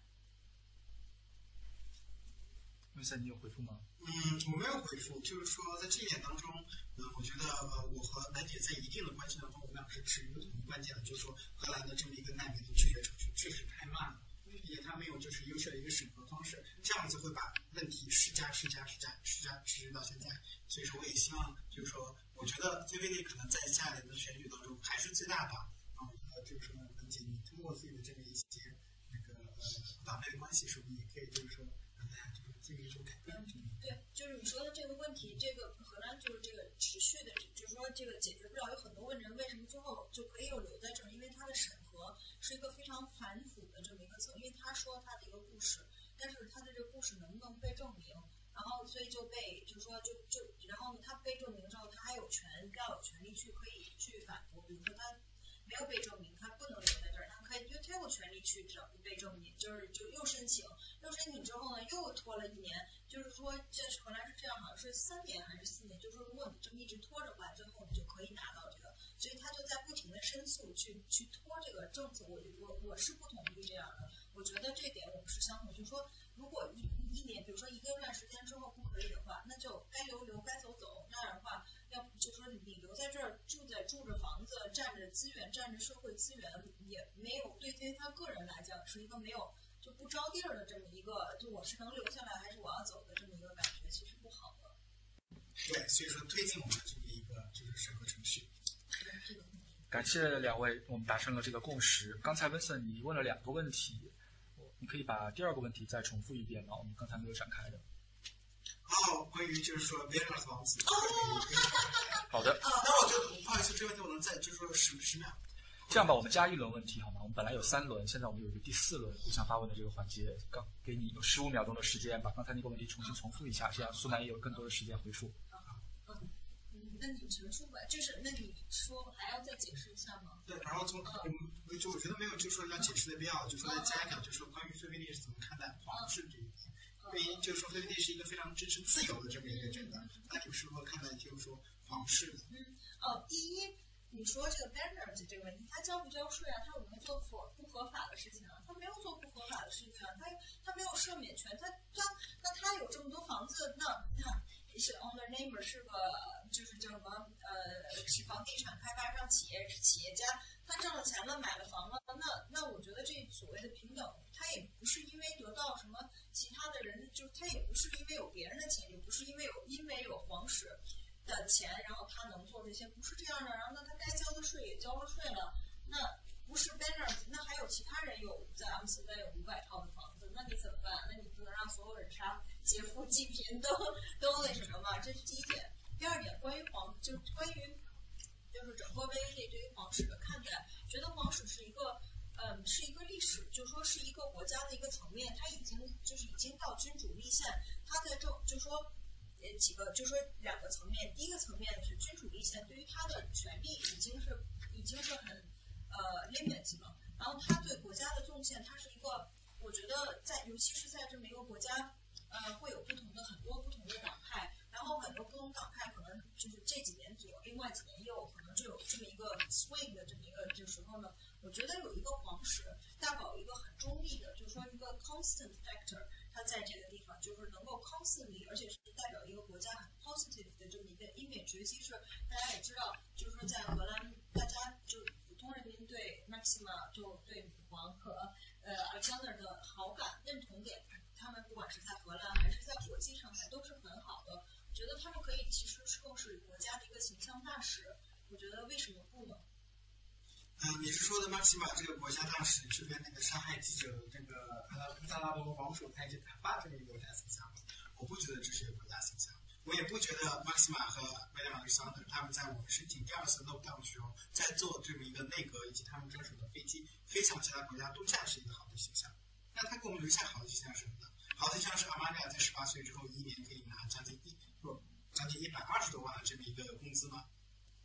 温森，你有回复吗？ 嗯，我没有回复，就是说在这一点当中，嗯，我觉得呃，我和楠姐在一定的关系当中，我们俩是持有同一观点的，就是说荷兰的这么一个难民的拒绝程序确实太慢了，也它没有就是优秀的一个审核方式，这样子会把问题施加施加施加施加持续到现在。所以说，我也希望就是说，我觉得 C V D 可能在下一年的选举当中还是最大党，啊，呃，就是说楠姐你通过自己的这么一些那个呃党内的关系，是不是也可以就是说。这个是改变对，就是你说的这个问题，这个荷兰就是这个持续的，就是说这个解决不了，有很多问人为什么最后就可以有留在这儿，因为它的审核是一个非常繁复的这么一个层，因为他说他的一个故事，但是他的这个故事能不能被证明，然后所以就被就是说就就然后他被证明之后，他还有权要有权利去可以去反驳，比如说他没有被证明，他不能留在这儿，他可以就他有权利去证被证明，就是就又申请。又申请之后呢，又拖了一年，就是说，这荷兰是这样，好像是三年还是四年，就是说，如果你这么一直拖着的话，最后你就可以拿到这个，所以他就在不停的申诉，去去拖这个政策。我我我是不同意这样的，我觉得这点我们是相同，就是说，如果一一年，比如说一个段时间之后不可以的话，那就该留留，该走走，那样的话，要就是说你留在这儿住在住着房子，占着资源，占着社会资源，也没有对对他个人来讲是一个没有。就不着地儿的这么一个，就我是能留下来还是我要走的这么一个感觉，其实不好的。 对，所以说推进我们这么一个就是审核程序。 感谢两位，我们达成了这个共识。刚才温森你问了两个问题，你可以把第二个问题再重复一遍吗？我们刚才没有展开的。 哦，关于就是说别人的房子。 哦。 好的。 那我就不好意思，这个问题我能再就是说十十秒。 这样吧，我们加一轮问题好吗？我们本来有三轮，现在我们有一个第四轮互相发问的这个环节，刚给你有十五秒钟的时间，把刚才那个问题重新重复一下，这样苏南也有更多的时间回复。 嗯嗯，那你陈述吧，就是那你说还要再解释一下吗？ 对，然后从嗯，就我觉得没有就是说要解释的必要，就说再加一条，就是说关于菲菲利是怎么看待皇室这一点，因为就是说菲菲利是一个非常支持自由的这么一个政党，那你们是如何看待就是说皇室的？ 嗯，哦，第一。你说这个 Bernard 这个问题，他交不交税啊？他有没有做不不合法的事情啊？他没有做不合法的事情啊，他他没有赦免权，他他那他有这么多房子，那那是 owner neighbor 是个就是叫什么呃是房地产开发商企业企业家，他挣了钱了买了房了，那那我觉得这所谓的平等，他也不是因为得到什么其他的人，就他也不是因为有别人的钱，也不是因为有因为有皇室的钱，然后他能做这些，不是这样的。然后呢，他该交的税也交了税了，那不是 Bernard， 那还有其他人有在阿姆斯特丹有五百套的房子，那你怎么办？那你不能让所有人杀劫富济贫都都那什么嘛？这是第一点。第二点，关于皇，就关于就是整个 V A D 对于皇室的看待，觉得皇室是一个嗯是一个历史，就是说是一个国家的一个层面，它已经就是已经到君主立宪，它在这就说。呃，几个就说两个层面，第一个层面是君主立宪，对于他的权利已经是已经是很呃 limit 了，然后他对国家的贡献，他是一个，我觉得在尤其是在这么一个国家，呃，会有不同的很多不同的党派，然后很多不同党派可能就是这几年左，另外几年右，可能就有这么一个 swing 的这么一个这时候呢，我觉得有一个皇室大搞一个很中立的，就是说一个 constant factor。它在这个地方就是能够 constantly， 而且是代表一个国家很 positive 的这么一个 image， 尤其是大家也知道，就是说在荷兰，大家就普通人民对 Maxima 就对女皇和呃 Alexander 的好感认同点，他们不管是在荷兰还是在国际上还都是很好的。我觉得他们可以其实是更是国家的一个形象大使。我觉得为什么不呢？ 嗯，你是说的马克西马这个国家大使是跟那个杀害记者的这个呃扎拉伯王储太监谈话这个国家形象吗？我不觉得这是一个国家形象，我也不觉得马克西马和威廉·亚历山大他们在我们申请第二次 lockdown 的时候，在做这么一个内阁以及他们专属的飞机飞向其他国家度假是一个好的形象。那他给我们留下好的形象是什么呢？好的形象是阿玛利亚在十八岁之后一年可以拿将近一不将近一百二十多万的这么一个工资吗？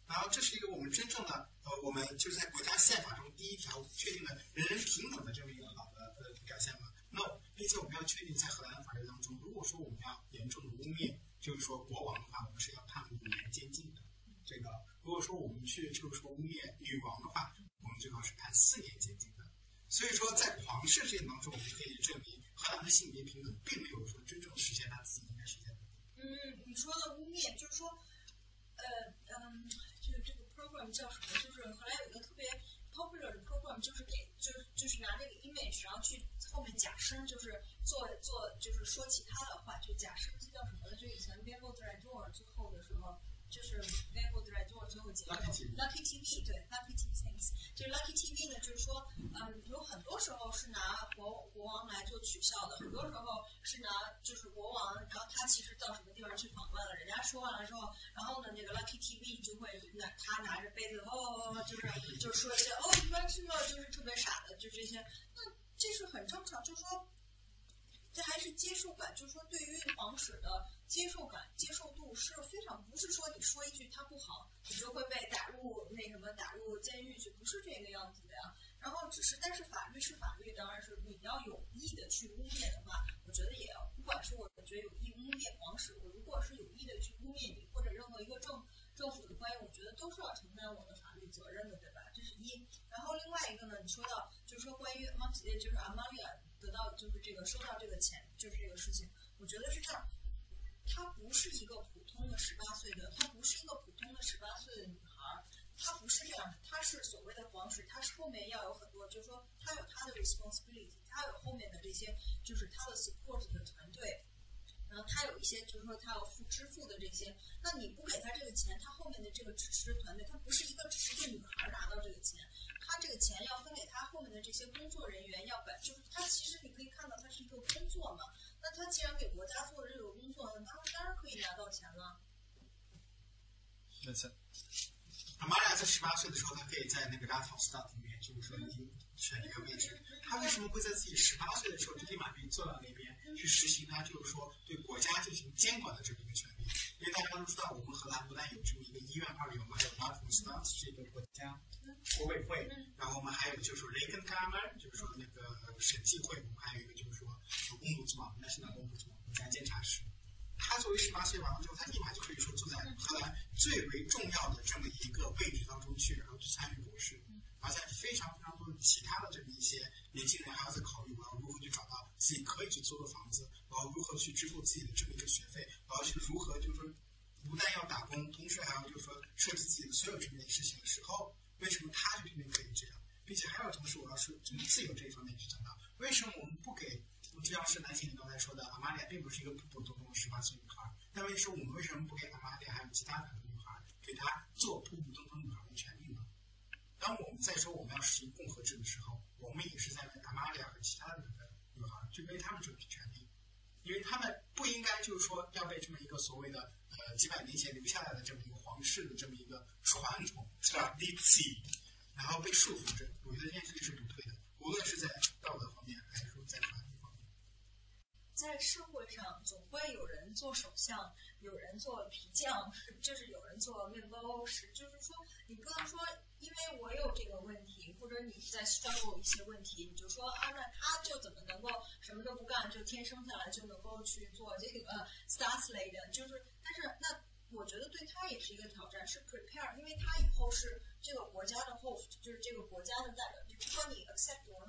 然后这是一个我们真正的呃，我们就是在国家宪法中第一条确定的人人平等的这么一个好的呃表现嘛。那并且我们要确定在荷兰的法律当中，如果说我们要严重的污蔑，就是说国王的话，我们是要判五年监禁的。这个如果说我们去就是说污蔑女王的话，我们最高是判四年监禁的。所以说在皇室这当中，我们可以证明荷兰的性别平等并没有说真正实现他自己应该实现的。 嗯，你说的污蔑就是说，呃嗯，这个这个 program 叫什么？就是荷兰有一个特别 popular 的 program， 就是给就是就是拿这个 image， 然后去后面假声，就是做做就是说其他的话，就假声叫什么呢？就以前 Vivo Director 最后的时候。就是 Vivo Director 最后结果 Lucky T V 对 Lucky T V things 就是 Lucky T V 呢，就是说，嗯，有很多时候是拿国国王来做取笑的，很多时候是拿就是国王，然后他其实到什么地方去访问了，人家说完了之后，然后呢，那个 Lucky T V 就会拿他拿着杯子哦，就是就是说一些哦，一般是吗？就是特别傻的，就这些，那这是很正常，就是说。这还是接受感，就是说对于皇室的接受感、接受度是非常，不是说你说一句他不好，你就会被打入那什么打入监狱去，不是这个样子的呀。然后只是，但是法律是法律，当然是你要有意的去污蔑的话，我觉得也要，不管是我觉得有意污蔑皇室，我如果是有意的去污蔑你，或者任何一个政政府的官员，我觉得都是要承担我的法律责任的，对吧？这是一。然后另外一个呢，你说到就是说关于 Monty 就是 Amalia。得到就是这个收到这个钱，就是这个事情，我觉得是这样，她不是一个普通的十八岁的，她不是一个普通的十八岁的女孩，她不是这样的，她是所谓的皇室，她是后面要有很多，就是说她有她的 responsibility， 她有后面的这些，就是她的 support 的团队，然后她有一些就是说她要付支付的这些，那你不给她这个钱，她后面的这个支持团队，她不是一个只是一个女孩拿到这个钱。他这个钱要分给他后面的这些工作人员，要把就是他其实你可以看到他是一个工作嘛，那他既然给国家做了这个工作，那他当然可以拿到钱了。 没错。 阿玛利亚在十八岁的时候，他可以在那个 Rathmostat 里面，就是说已经选一个位置。他为什么会在自己十八岁的时候就立马可以坐到那边去实行他就是说对国家进行监管的这么一个权利？因为大家都知道，我们荷兰不但有这么一个医院二院，我们还有 Rathmostat 这个国家国委会，然后我们还有就是说 Rekenkamer， 就是说那个审计会，我们还有一个就是说公布组嘛，那是哪公布组？国家监察室。他作为十八岁完了之后，他立马就可以说坐在荷兰最为重要的这么一个位置当中去，然后去参与国事。而在非常非常多的其他的这么一些年轻人还要在考虑我要如何去找到自己可以去租的房子，我要如何去支付自己的这么一个学费，我要去如何就是说不但要打工，同时还要就是说设计自己的所有这么一事情的时候，为什么他就偏偏可以这样？并且还有同时我要是从自由这一方面去讲到，为什么我们不给？就像是南青你刚才说的，阿玛利亚并不是一个普普通通的十八岁女孩，但为什么我们为什么不给阿玛利亚还有其他两个女孩给她做普普通通女孩的权利呢？当我们在说我们要实行共和制的时候，我们也是在为阿玛利亚和其他的两个女孩去为他们争取权利，因为他们不应该就是说要被这么一个所谓的呃几百年前留下来的这么一个皇室的这么一个传统 tradition， 然后被束缚着。我觉得这件事情是不对的，无论是在道德方面还是说在法律方面。 在社会上总会有人做首相，有人做皮匠，就是有人做面包师，就是说你不能说因为我有这个问题，或者你在 struggle 一些问题，你就说啊，那他就怎么能够什么都不干，就天生下来就能够去做这个呃 statslead， 就是，但是那我觉得对他也是一个挑战，是 prepare， 因为他以后是这个国家的 host， 就是这个国家的代表，就不管你 accept or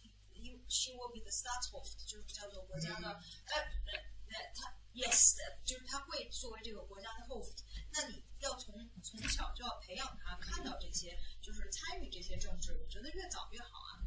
not。She will be the Staatshof， 就是叫做国家的，呃呃呃，他 yes， 就是他会作为这个国家的 host。那你要从从小就要培养他看到这些，就是参与这些政治，我觉得越早越好啊。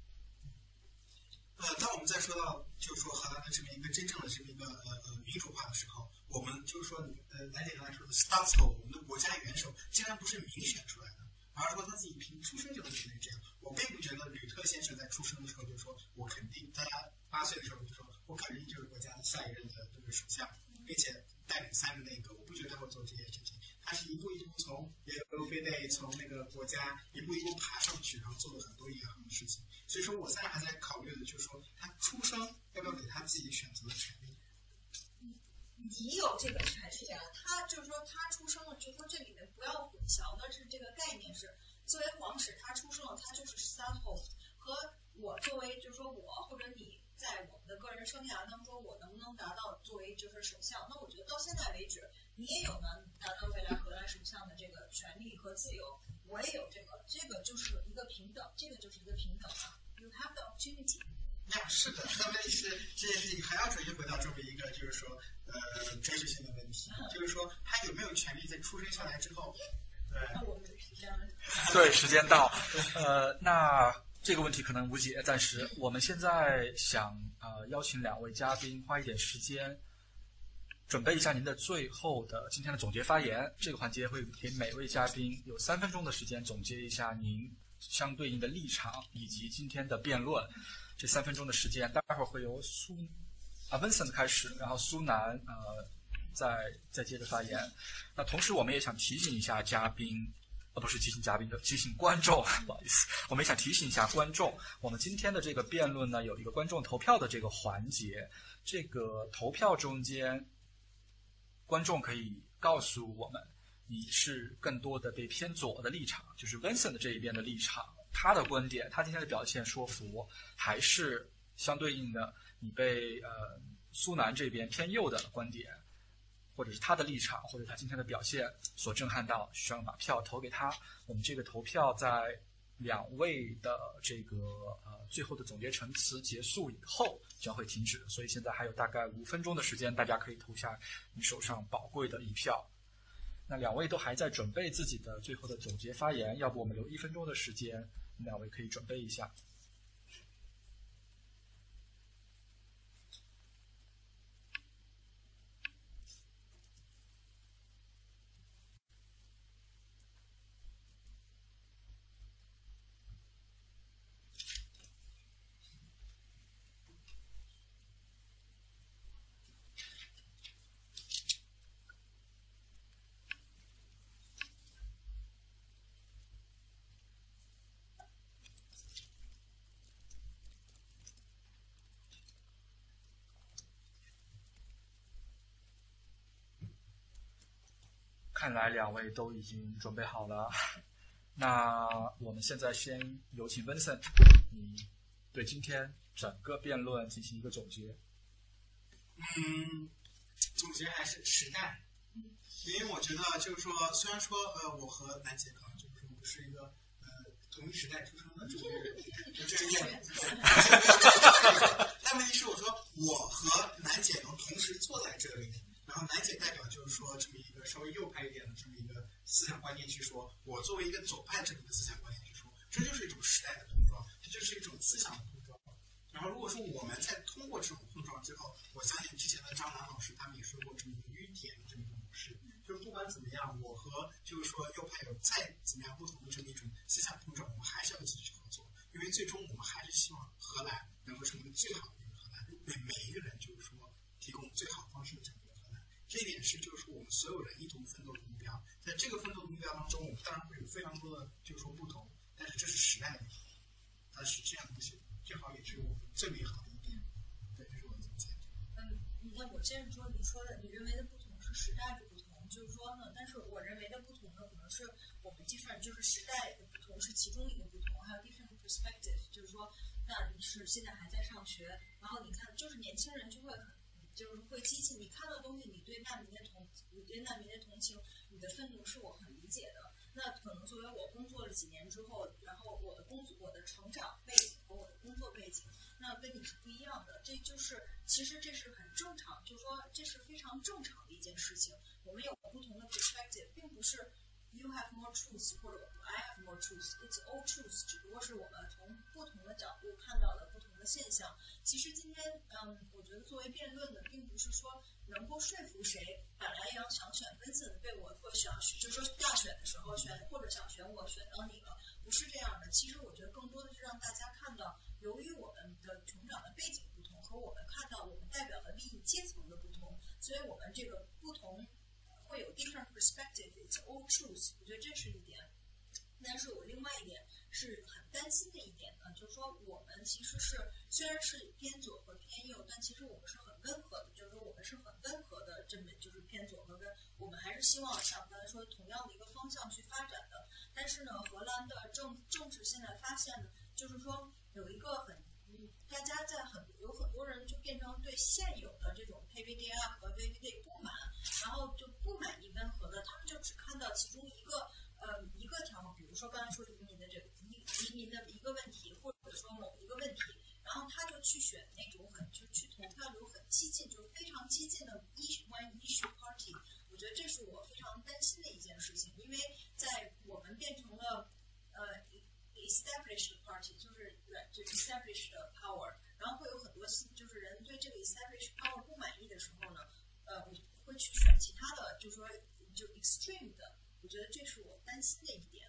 呃，当我们在说到就是说荷兰的这么一个真正的这么一个呃呃民主化的时候，我们就是说呃，来姐刚才说的 Staatshof， 我们的国家元首竟然不是民选出来的。而是说他自己凭出生就能成为这样，我并不觉得吕特先生在出生的时候就说，我肯定在他八岁的时候就说，我肯定就是国家下一任的这个首相，并且带领三个内阁，我不觉得他会做这些事情。他是一步一步从也有非得从那个国家一步一步爬上去，然后做了很多一行的事情。所以说我现在还在考虑的就是说，他出生要不要给他自己选择的权利。 你有这个权利啊，他就是说他出生了，就是说这里面不要混淆的答当中，我能不能达到作为就是首相？那我觉得到现在为止，你也有能达到未来荷兰首相的这个权利和自由，我也有这个，这个就是一个平等，这个就是一个平等啊。You have the opportunity。 呀，是的，但问题是这件事情还要重新回到这么一个，就是说，呃，哲学性的问题，就是说他有没有权利在出生下来之后，对， 那我们是这样的。 对，时间到，呃，那这个问题可能无解，暂时。我们现在想呃邀请两位嘉宾花一点时间，准备一下您的最后的今天的总结发言。这个环节会给每位嘉宾有三分钟的时间总结一下您相对应的立场以及今天的辩论。这三分钟的时间，待会儿会由苏啊 Vincent 开始，然后苏南呃再再接着发言。那同时我们也想提醒一下嘉宾，呃不是提醒嘉宾的，提醒观众，不好意思，我们也想提醒一下观众，我们今天的这个辩论呢有一个观众投票的这个环节，这个投票中间，观众可以告诉我们你是更多的被偏左的立场，就是 Vincent 这一边的立场。他的观点，他今天的表现说服，还是相对应的你被呃苏南这边偏右的观点，或者是他的立场，或者他今天的表现所震撼到，需要把票投给他。我们这个投票在两位的这个呃最后的总结陈词结束以后将会停止，所以现在还有大概五分钟的时间，大家可以投下你手上宝贵的一票。那两位都还在准备自己的最后的总结发言，要不我们留一分钟的时间，两位可以准备一下。看来两位都已经准备好了，那我们现在先有请 Vincent， 你对今天整个辩论进行一个总结。 嗯，总结还是时代，因为我觉得就是说，虽然说呃，我和南姐可能就是说不是一个呃同一时代出生的这么一个这个样子，但问题是我说我和南姐能同时坐在这里。然后南姐代表就是说这么一个稍微右派一点的这么一个思想观念去说，我作为一个左派这么一个思想观念去说，这就是一种时代的碰撞，这就是一种思想的碰撞。然后如果说我们在通过这种碰撞之后，我相信之前的张楠老师他们也说过这么一个淤填这么一个模式，就是不管怎么样，我和就是说右派有再怎么样不同的这么一种思想碰撞，我们还是要一起去合作，因为最终我们还是希望荷兰能够成为最好的一个荷兰，为每一个人就是说提供最好方式的这么一个荷兰。这一点是就是我们所有人一同奋斗的目标，在这个奋斗的目标当中，我们当然会有非常多的就是说不同，但是这是时代的美好，但是这样东西正好也是我们最美好的一点。对，这是我的总结。 嗯，那我接着说，你说的你认为的不同是时代的不同，就是说呢，但是我认为的不同呢，可能是我们 different， 就是时代的不同是其中一个不同，还有 different perspective， 就是说，那你是现在还在上学，然后你看，就是年轻人就会很。就是会激起你看到东西，你对难民的同，你对难民的同情，你的愤怒是我很理解的。那可能作为我工作了几年之后，然后我的工作、我的成长背景和我的工作背景，那跟你是不一样的。这就是其实这是很正常，就是说这是非常正常的一件事情。我们有不同的 perspective， 并不是 you have more truth 或者 I have more truth，it's all truth， 只不过是我们从不同的角度看到了不同的现象。其实今天，嗯，我觉得作为辩论的，并不是说能够说服谁。本来要想选Vincent被我或想选，就是说大选的时候选，或者想选我选到你了，不是这样的。其实我觉得更多的是让大家看到，由于我们的成长的背景不同，和我们看到我们代表的利益阶层的不同，所以我们这个不同会有 different perspective，it's all truth。我觉得这是一点。但是我另外一点是很担心的一点呢，就是说我们其实是虽然是偏左和偏右，但其实我们是很温和的，就是说我们是很温和的，这么就是偏左和温，我们还是希望像刚才说同样的一个方向去发展的。但是呢，荷兰的政政治现在发现呢，就是说有一个很，嗯，大家在很有很多人就变成对现有的这种 P V D R 和 V V D 不满，然后就不满意温和的，他们就只看到其中一个呃一个条目，比如说刚才说移民的这个移移民的一个问题，或者说某一个问题，然后他就去选那种很就去投票流很激进，就非常激进的 issue one issue party。我觉得这是我非常担心的一件事情，因为在我们变成了呃 established party， 就是就 established power， 然后会有很多就是人对这个 established power 不满意的时候呢，呃，会去选其他的，就是说就 extreme 的，我觉得这是我担心的一点。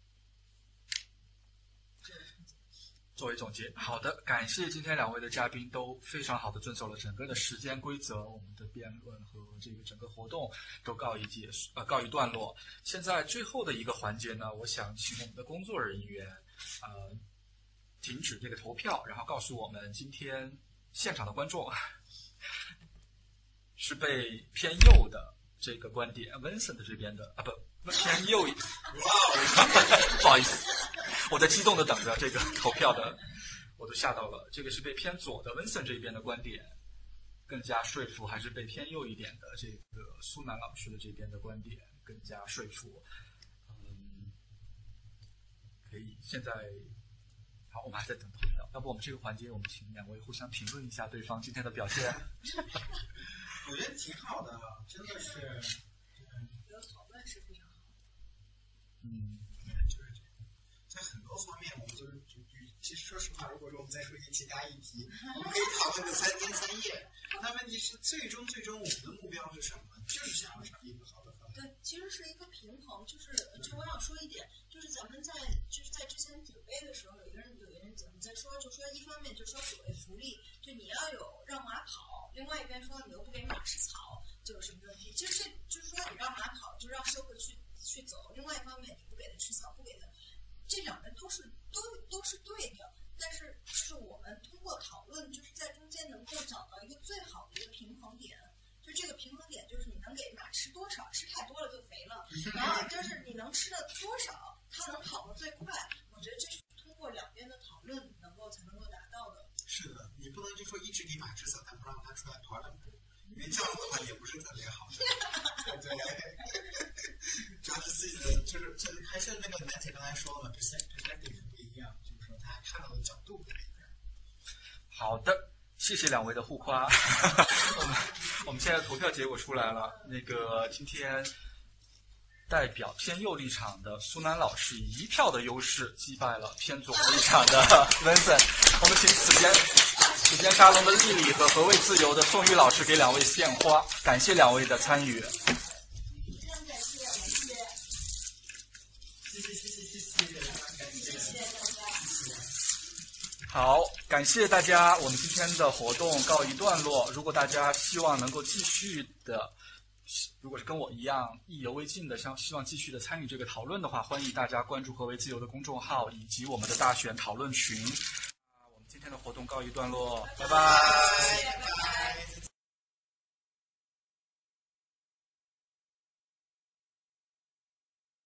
作为总结，好的，感谢今天两位的嘉宾都非常好的遵守了整个的时间规则，我们的辩论和这个整个活动都告一结束，呃，告一段落。现在最后的一个环节呢，我想请我们的工作人员，呃，停止这个投票，然后告诉我们今天现场的观众是被偏右的这个观点 ，Vincent 这边的啊不偏右，哇，不好意思。我在激动的等着这个投票的，我都吓到了。这个是被偏左的 Vincent 这边的观点更加说服，还是被偏右一点的这个苏南老师的这边的观点更加说服？嗯，可以。现在好，我们还在等投票。要不我们这个环节，我们请两位互相评论一下对方今天的表现。 我觉得挺好的，真的是。 有讨论是非常好。 嗯。 在很多方面，我们就是就就其实说实话，如果说我们再说一些其他议题，我们可以讨论个三天三夜。那问题是，最终最终我们的目标是什么？就是想要上一个好的方向。 对，其实是一个平衡。就是就我想说一点，就是咱们在就是在之前准备的时候，有一个人有一个人怎么在说，就说一方面就说所谓福利，就你要有让马跑，另外一边说你又不给马吃草，就有什么问题？其实这就是说你让马跑，就让社会去去走；另外一方面你不给它吃草，不给它。这两个都是都都是对的，但是就是我们通过讨论，就是在中间能够找到一个最好的一个平衡点。就这个平衡点，就是你能给马吃多少，吃太多了就肥了，然后就是你能吃的多少，它能跑得最快。我觉得这是通过两边的讨论能够才能够达到的。 是的，你不能就说一直给马吃草，但不让它出来跑两步，因为这样的话也不是特别好。对。主要是自己的，就是就是还是那个楠姐刚才说了 perspective 不一样，就是说他看到的角度不一样。 好的，谢谢两位的互夸。我们我们现在投票结果出来了，那个今天代表偏右立场的苏南老师以一票的优势击败了偏左立场的 Vincent。我们请此间此间沙龙的丽丽和何谓自由的宋玉老师给两位献花，感谢两位的参与。好，感谢大家，我们今天的活动告一段落。如果大家希望能够继续的，如果是跟我一样意犹未尽的，像希望继续的参与这个讨论的话，欢迎大家关注何为自由的公众号以及我们的大选讨论群。我们今天的活动告一段落，拜拜。